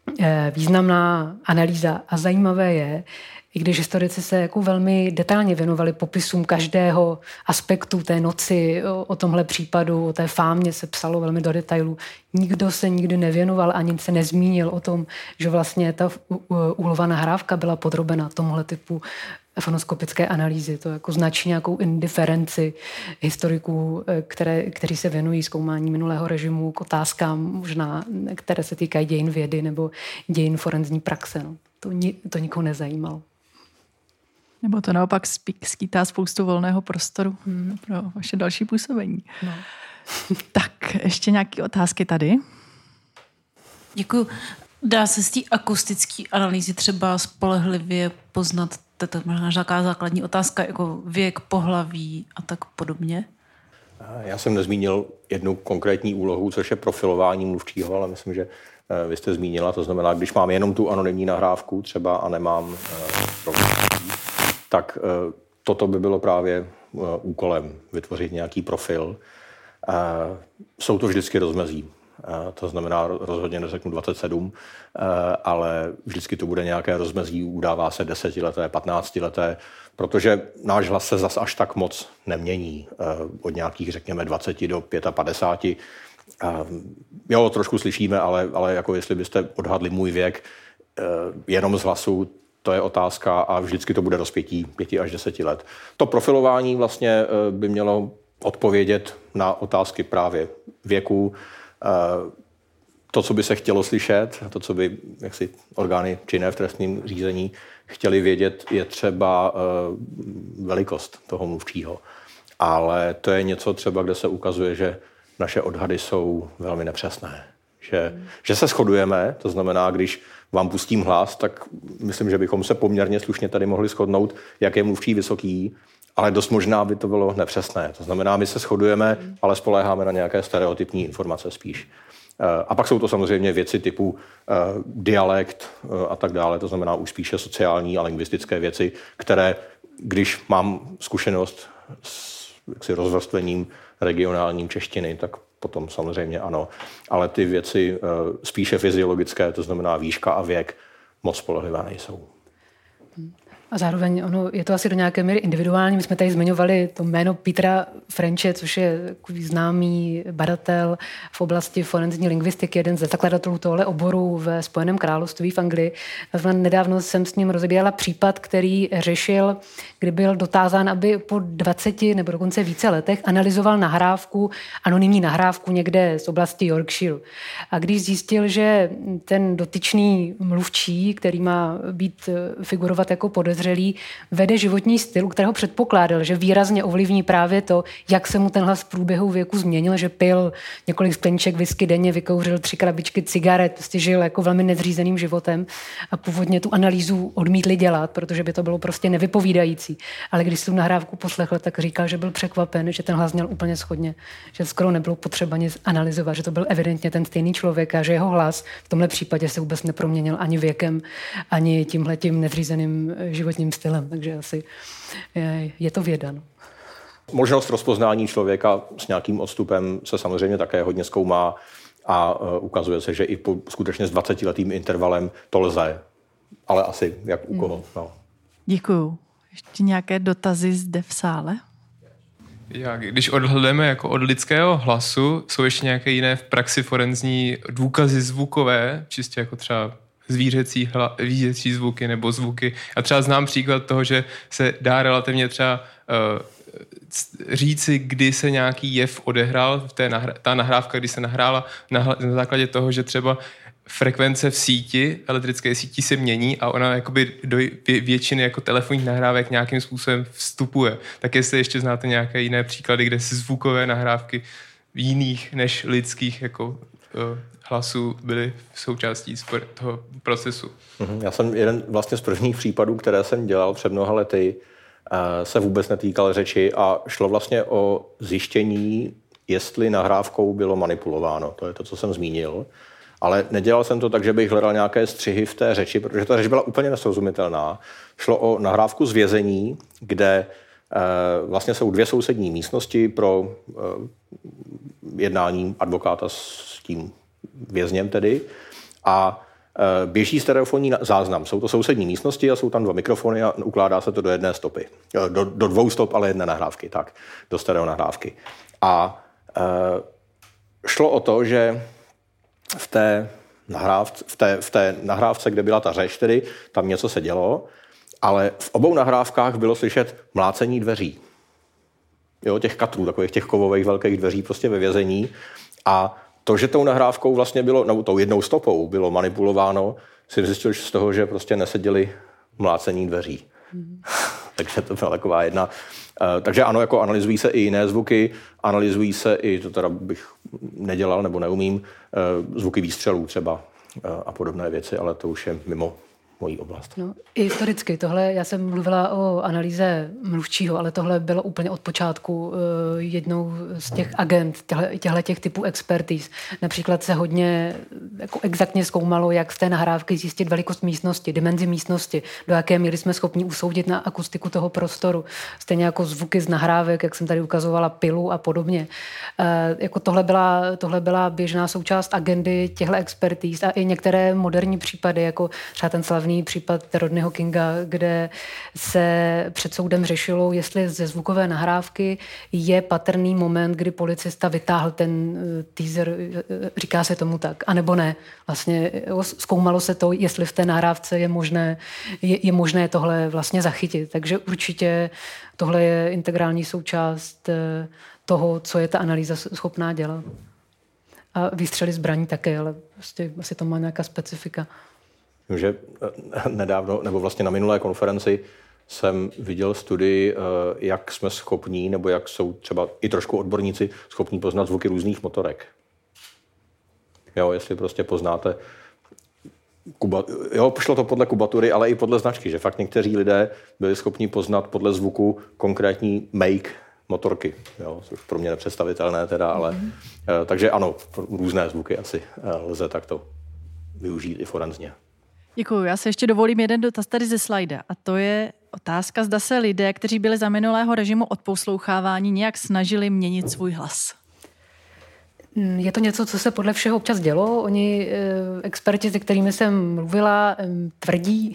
významná analýza a zajímavé je, i když historici se jako velmi detailně věnovali popisům každého aspektu té noci, o tomhle případu, o té fámě se psalo velmi do detailů. Nikdo se nikdy nevěnoval, ani se nezmínil o tom, že vlastně ta Úhlova nahrávka byla podrobena tomuhle typu fonoskopické analýzy. To jako značí nějakou indiferenci historiků, kteří se věnují zkoumání minulého režimu k otázkám možná, které se týkají dějin vědy nebo dějin forenzní praxe. No. To nikoho nezajímalo. Nebo to naopak skýtá spoustu volného prostoru pro vaše další působení. No. Tak, ještě nějaké otázky tady? Děkuju. Dá se z té akustické analýzy třeba spolehlivě poznat, to je možná nějaká základní otázka, jako věk, pohlaví a tak podobně? Já jsem nezmínil jednu konkrétní úlohu, což je profilování mluvčího, ale myslím, že vy jste zmínila, to znamená, když mám jenom tu anonymní nahrávku třeba a nemám tak toto by bylo právě úkolem vytvořit nějaký profil. Jsou to vždycky rozmezí. To znamená, rozhodně neřeknu 27, ale vždycky to bude nějaké rozmezí, udává se 10leté, 15leté, protože náš hlas se zas až tak moc nemění od nějakých, řekněme, 20 do 55. Jo, trošku slyšíme, ale jako jestli byste odhadli můj věk jenom z hlasu, to je otázka a vždycky to bude rozpětí 5 až 10 let. To profilování vlastně by mělo odpovědět na otázky právě věku, to, co by se chtělo slyšet, to, co by jaksi orgány činné v trestním řízení chtěli vědět, je třeba velikost toho mluvčího. Ale to je něco třeba, kde se ukazuje, že naše odhady jsou velmi nepřesné. Že se shodujeme, to znamená, když vám pustím hlas, tak myslím, že bychom se poměrně slušně tady mohli shodnout, jak je mluvčí vysoký, ale dost možná by to bylo nepřesné. To znamená, my se shodujeme, ale spoléháme na nějaké stereotypní informace spíš. A pak jsou to samozřejmě věci typu dialekt a tak dále, to znamená už spíše sociální a lingvistické věci, které, když mám zkušenost s rozvrstvením regionálním češtiny, tak potom samozřejmě ano. Ale ty věci spíše fyziologické, to znamená výška a věk, moc spolehlivé nejsou. A zároveň je to asi do nějaké míry individuální. My jsme tady zmiňovali to jméno Petra Frenche, což je takový známý badatel v oblasti forenzní lingvistiky, jeden ze zakladatelů tohle oboru ve Spojeném království v Anglii. Nedávno jsem s ním rozebírala případ, který řešil, kdy byl dotázán, aby po 20 nebo dokonce více letech analyzoval nahrávku, anonymní nahrávku někde z oblasti Yorkshire. A když zjistil, že ten dotyčný mluvčí, který má být figurovat jako podezřelý, vede životní styl, u kterého předpokládal, že výrazně ovlivní právě to, jak se mu ten hlas v průběhu věku změnil, že pil několik skleniček whisky denně, vykouřil 3 krabičky cigaret, prostě žil jako velmi nezřízeným životem a původně tu analýzu odmítli dělat, protože by to bylo prostě nevypovídající. Ale když si tu nahrávku poslechl, tak říkal, že byl překvapen, že ten hlas měl úplně shodně, že skoro nebylo potřeba nic analyzovat, že to byl evidentně ten stejný člověk a že jeho hlas v tomhle případě se vůbec neproměnil ani věkem, ani tímhletím nezřízeným životním stylem, takže asi je to věda. No. Možnost rozpoznání člověka s nějakým odstupem se samozřejmě také hodně zkoumá a ukazuje se, že i po skutečně s 20letým intervalem to lze, ale asi jak u koho. No. Děkuju. Ještě nějaké dotazy zde v sále? Když odhledeme jako od lidského hlasu, jsou ještě nějaké jiné v praxi forenzní důkazy zvukové, čistě jako třeba zvířecí zvuky nebo zvuky. Já třeba znám příklad toho, že se dá relativně třeba říci, kdy se nějaký jev odehrál, ta nahrávka, kdy se nahrála na základě toho, že třeba frekvence v síti, elektrické síti se mění a ona jakoby do většiny jako telefonních nahrávek nějakým způsobem vstupuje. Tak jestli ještě znáte nějaké jiné příklady, kde se zvukové nahrávky jiných než lidských jako hlasů byly v součástí toho procesu. Já jsem jeden vlastně z prvních případů, které jsem dělal před mnoha lety, se vůbec netýkal řeči a šlo vlastně o zjištění, jestli nahrávkou bylo manipulováno. To je to, co jsem zmínil. Ale nedělal jsem to tak, že bych hledal nějaké střihy v té řeči, protože ta řeč byla úplně nesrozumitelná. Šlo o nahrávku z vězení, kde vlastně jsou 2 sousední místnosti pro jednání advokáta s tím vězněm tedy. A běží stereofonní záznam. Jsou to sousední místnosti a jsou tam 2 mikrofony a ukládá se to do jedné stopy. Do 2 stop, ale jedné nahrávky, tak, do stereo nahrávky. A šlo o to, že v té nahrávce, kde byla ta řeč, tedy tam něco se dělo, ale v obou nahrávkách bylo slyšet mlácení dveří. Jo, těch katrů, takových těch kovových velkých dveří prostě ve vězení. A to, že tou nahrávkou vlastně bylo, nebo tou jednou stopou bylo manipulováno, si zjistil z toho, že prostě neseděli mlácení dveří. Takže to byla taková jedna. Takže ano, jako analyzují se i jiné zvuky, analyzují se i, to teda bych nedělal nebo neumím, zvuky výstřelů třeba a podobné věci, ale to už je mimo mojí oblast. No, i historicky tohle, já jsem mluvila o analýze mluvčího, ale tohle bylo úplně od počátku jednou z těch agent, těch typů expertíz. Například se hodně jako exaktně zkoumalo, jak z té nahrávky zjistit velikost místnosti, dimenzi místnosti, do jaké míry jsme schopni usoudit na akustiku toho prostoru. Stejně jako zvuky z nahrávek, jak jsem tady ukazovala, pilu a podobně. Jako tohle byla běžná součást agendy těchto expertíz a i některé moderní případy, jako třeba ten slavný případ Rodneyho Kinga, kde se před soudem řešilo, jestli ze zvukové nahrávky je patrný moment, kdy policista vytáhl ten teaser, říká se tomu tak, anebo ne. Vlastně zkoumalo se to, jestli v té nahrávce je možné tohle vlastně zachytit. Takže určitě tohle je integrální součást toho, co je ta analýza schopná dělat. A výstřely zbraní také, ale prostě asi to má nějaká specifika. Že nedávno, nebo vlastně na minulé konferenci jsem viděl studii, jak jsme schopní, nebo jak jsou třeba i trošku odborníci schopní poznat zvuky různých motorek. Jo, jestli prostě poznáte šlo to podle kubatury, ale i podle značky, že fakt někteří lidé byli schopni poznat podle zvuku konkrétní make motorky, jo, což pro mě nepředstavitelné teda, ale takže ano, různé zvuky asi lze takto využít i forenzně. Děkuju. Já se ještě dovolím jeden dotaz tady ze slajda a to je otázka, zda se lidé, kteří byli za minulého režimu odposlouchávání, nějak snažili měnit svůj hlas. Je to něco, co se podle všeho občas dělo. Oni, experti, se kterými jsem mluvila, tvrdí,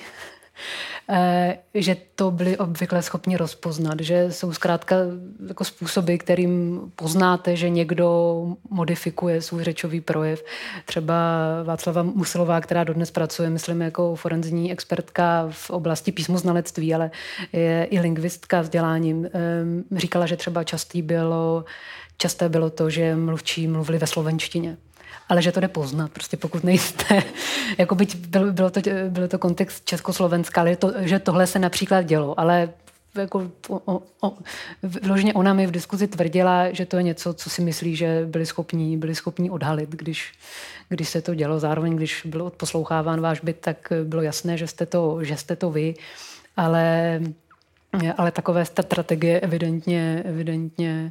že to byli obvykle schopni rozpoznat, že jsou zkrátka jako způsoby, kterým poznáte, že někdo modifikuje svůj řečový projev. Třeba Václava Musilová, která dodnes pracuje, myslím, jako forenzní expertka v oblasti písmoznalectví, ale je i lingvistka vzděláním, říkala, že třeba časté bylo to, že mluvčí mluvili ve slovenštině. Ale že to jde poznat, prostě pokud nejste, jako byť byl to kontext Československa, ale že tohle se například dělo, ale jako vyloženě ona mi v diskuzi tvrdila, že to je něco, co si myslí, že byli schopní odhalit, když se to dělo. Zároveň, když byl odposloucháván váš byt, tak bylo jasné, že jste to vy, ale takové strategie evidentně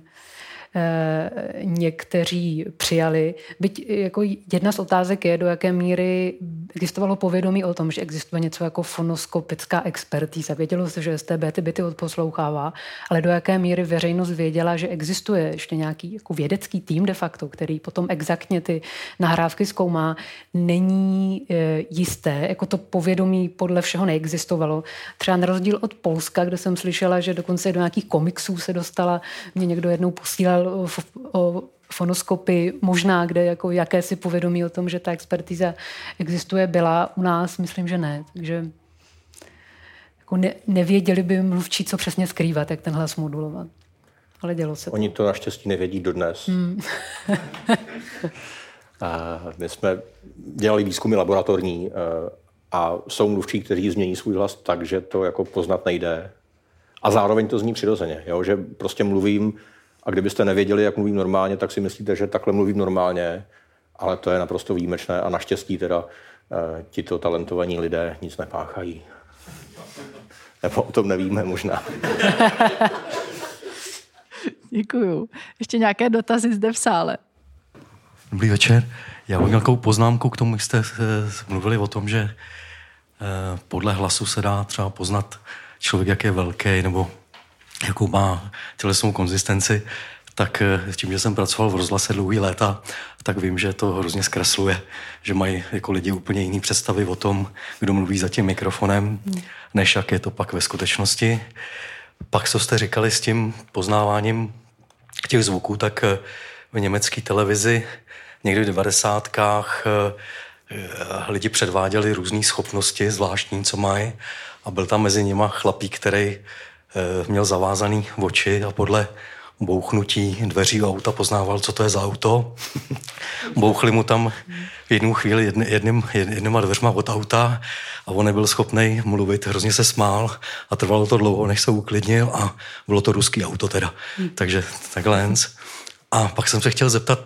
někteří přijali. Byť jako jedna z otázek je, do jaké míry existovalo povědomí o tom, že existuje něco jako fonoskopická expertíza. Vědělo se, že STB ty byty odposlouchává, ale do jaké míry veřejnost věděla, že existuje ještě nějaký jako vědecký tým de facto, který potom exaktně ty nahrávky zkoumá, není jisté. Jako to povědomí podle všeho neexistovalo. Třeba na rozdíl od Polska, kde jsem slyšela, že dokonce do nějakých komiksů se dostala, mě někdo jednou posílal o fonoskopy, možná, kde jako jakési povědomí o tom, že ta expertíza existuje, byla. U nás myslím, že ne. Takže jako nevěděli by mluvčí, co přesně skrývat, jak ten hlas modulovat. Ale dělo se to. Oni to naštěstí nevědí dodnes. My jsme dělali výzkumy laboratorní a jsou mluvčí, kteří změní svůj hlas tak, že to jako poznat nejde. A zároveň to zní přirozeně, jo? Že prostě mluvím a kdybyste nevěděli, jak mluvím normálně, tak si myslíte, že takhle mluvím normálně, ale to je naprosto výjimečné a naštěstí teda tito talentovaní lidé nic nepáchají. Nebo o tom nevíme možná. Děkuju. Ještě nějaké dotazy zde v sále? Dobrý večer. Já mám nějakou poznámku k tomu, jak jste mluvili o tom, že podle hlasu se dá třeba poznat člověk, jak je velký, nebo jakou má tělesnou konzistenci, tak tím, že jsem pracoval v rozhlase dlouhý léta, tak vím, že to hrozně zkresluje, že mají jako lidi úplně jiný představy o tom, kdo mluví za tím mikrofonem, než jak je to pak ve skutečnosti. Pak, co jste říkali s tím poznáváním těch zvuků, tak v německé televizi někdy v 90kách lidi předváděli různé schopnosti zvláštní, co mají, a byl tam mezi nimi chlapík, který měl zavázaný oči a podle bouchnutí dveří auta poznával, co to je za auto. Bouchli mu tam v jednu chvíli jednýma dveřma od auta a on nebyl schopný mluvit, hrozně se smál a trvalo to dlouho, než se uklidnil a bylo to ruský auto teda. Takže takhle. A pak jsem se chtěl zeptat,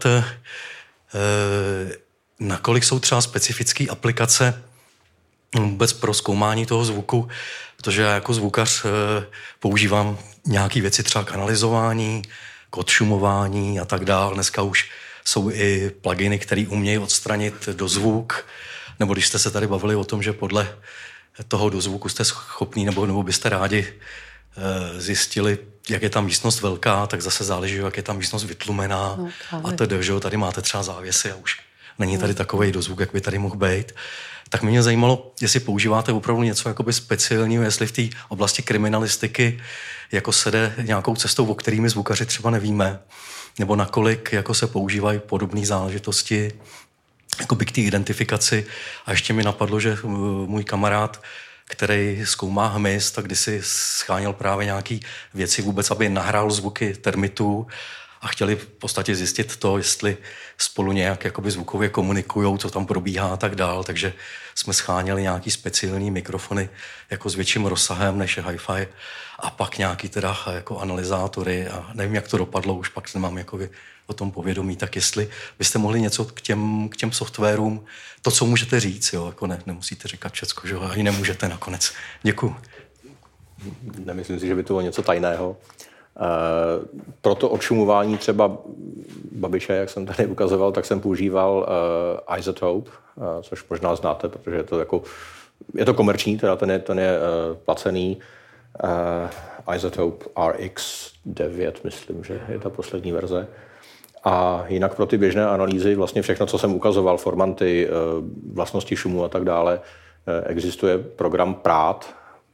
nakolik jsou třeba specifické aplikace vůbec pro zkoumání toho zvuku, protože já jako zvukař používám nějaké věci, třeba k analyzování, k odšumování a tak dále. Dneska už jsou i pluginy, které umějí odstranit dozvuk, nebo když jste se tady bavili o tom, že podle toho dozvuku jste schopný, nebo byste rádi zjistili, jak je ta místnost velká, tak zase záleží, jak je ta místnost vytlumená a tedy, že tady máte třeba závěsy a už není tady takovej dozvuk, jak by tady mohl být. Tak mě zajímalo, jestli používáte opravdu něco jakoby speciálního, jestli v té oblasti kriminalistiky jako se jde nějakou cestou, o kterými zvukaři třeba nevíme, nebo nakolik jako se používají podobné záležitosti jakoby k té identifikaci. A ještě mi napadlo, že můj kamarád, který zkoumá hmyz, tak kdysi scháněl právě nějaké věci vůbec, aby nahrál zvuky termitů a chtěli v podstatě zjistit to, jestli spolu nějak jakoby zvukově komunikujou, co tam probíhá a tak dál. Takže jsme scháněli nějaký speciální mikrofony jako s větším rozsahem než je hi-fi a pak nějaký teda jako analyzátory a nevím, jak to dopadlo, už pak nemám jakoby o tom povědomí, tak jestli byste mohli něco k těm softwarům, to, co můžete říct, jo, jako nemusíte říkat všecko, že jo, ani nemůžete nakonec. Děkuju. Nemyslím si, že by to bylo něco tajného. Pro to odšumování třeba Babiše, jak jsem tady ukazoval, tak jsem používal iZotope, což možná znáte, protože je to komerční, teda ten je placený. iZotope RX9, myslím, že je ta poslední verze. A jinak pro ty běžné analýzy vlastně všechno, co jsem ukazoval, formanty, vlastnosti šumu a tak dále, existuje program PRAAT,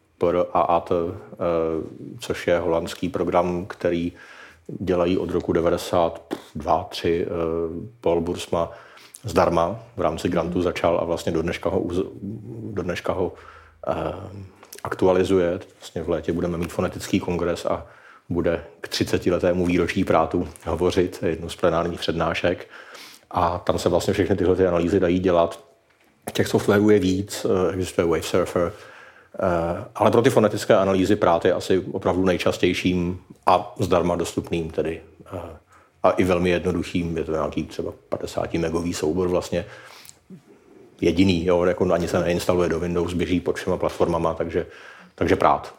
což je holandský program, který dělají od roku 92-3 Paul Boersma zdarma, v rámci grantu začal a vlastně do dneška ho aktualizuje. Vlastně v létě budeme mít fonetický kongres a bude k 30letému výročí PRAATu hovořit, jednu z plenárních přednášek. A tam se vlastně všechny tyhle ty analýzy dají dělat. Těch softwarů je víc, existuje Wavesurfer, ale pro ty fonetické analýzy PRAAT je asi opravdu nejčastějším a zdarma dostupným tedy. A i velmi jednoduchým, je to nějaký třeba 50 megový soubor vlastně jediný, jo, jako ani se neinstaluje do Windows, běží pod všema platformama, takže PRAAT.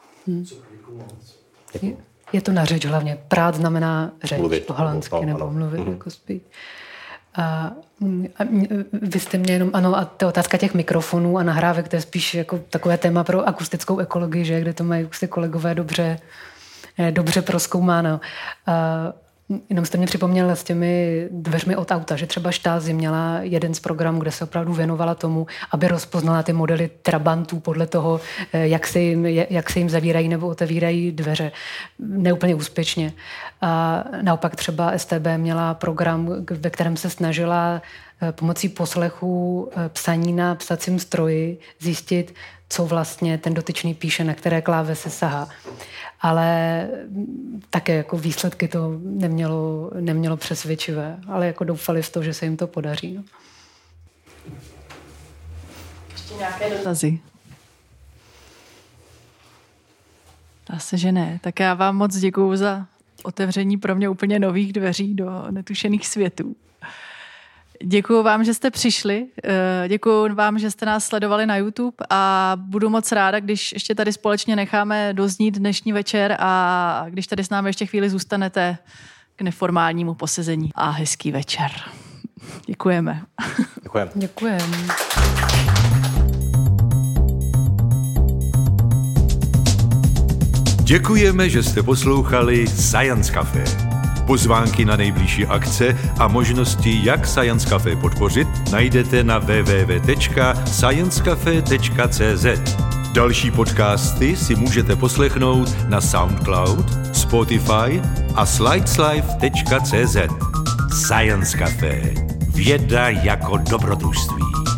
Je to na řeč hlavně. PRAAT znamená řeč, mluvit, po holandsky nebo mluvit, jako speak. A vy jste mě jenom, ano, a ta otázka těch mikrofonů a nahrávek, to je spíš jako takové téma pro akustickou ekologii, že, kde to mají ty kolegové dobře prozkoumáno. Jenom jste mě připomněl s těmi dveřmi od auta, že třeba Stasi měla jeden z programů, kde se opravdu věnovala tomu, aby rozpoznala ty modely trabantů podle toho, jak se jim zavírají nebo otevírají dveře. Neúplně úspěšně. A naopak třeba STB měla program, ve kterém se snažila pomocí poslechu psaní na psacím stroji zjistit, co vlastně ten dotyčný píše, na které klávesy sahá. Ale také jako výsledky to nemělo přesvědčivé, ale jako doufali v to, že se jim to podaří. No. Ještě nějaké dotazy? Dá se, že ne. Tak já vám moc děkuju za otevření pro mě úplně nových dveří do netušených světů. Děkuju vám, že jste přišli, děkuju vám, že jste nás sledovali na YouTube a budu moc ráda, když ještě tady společně necháme doznít dnešní večer a když tady s námi ještě chvíli zůstanete k neformálnímu posezení. A hezký večer. Děkujeme. Děkujeme. Děkujeme, že jste poslouchali Science Café. Pozvánky na nejbližší akce a možnosti, jak Science Café podpořit, najdete na www.sciencecafe.cz. Další podcasty si můžete poslechnout na SoundCloud, Spotify a slideslife.cz. Science Café. Věda jako dobrodružství.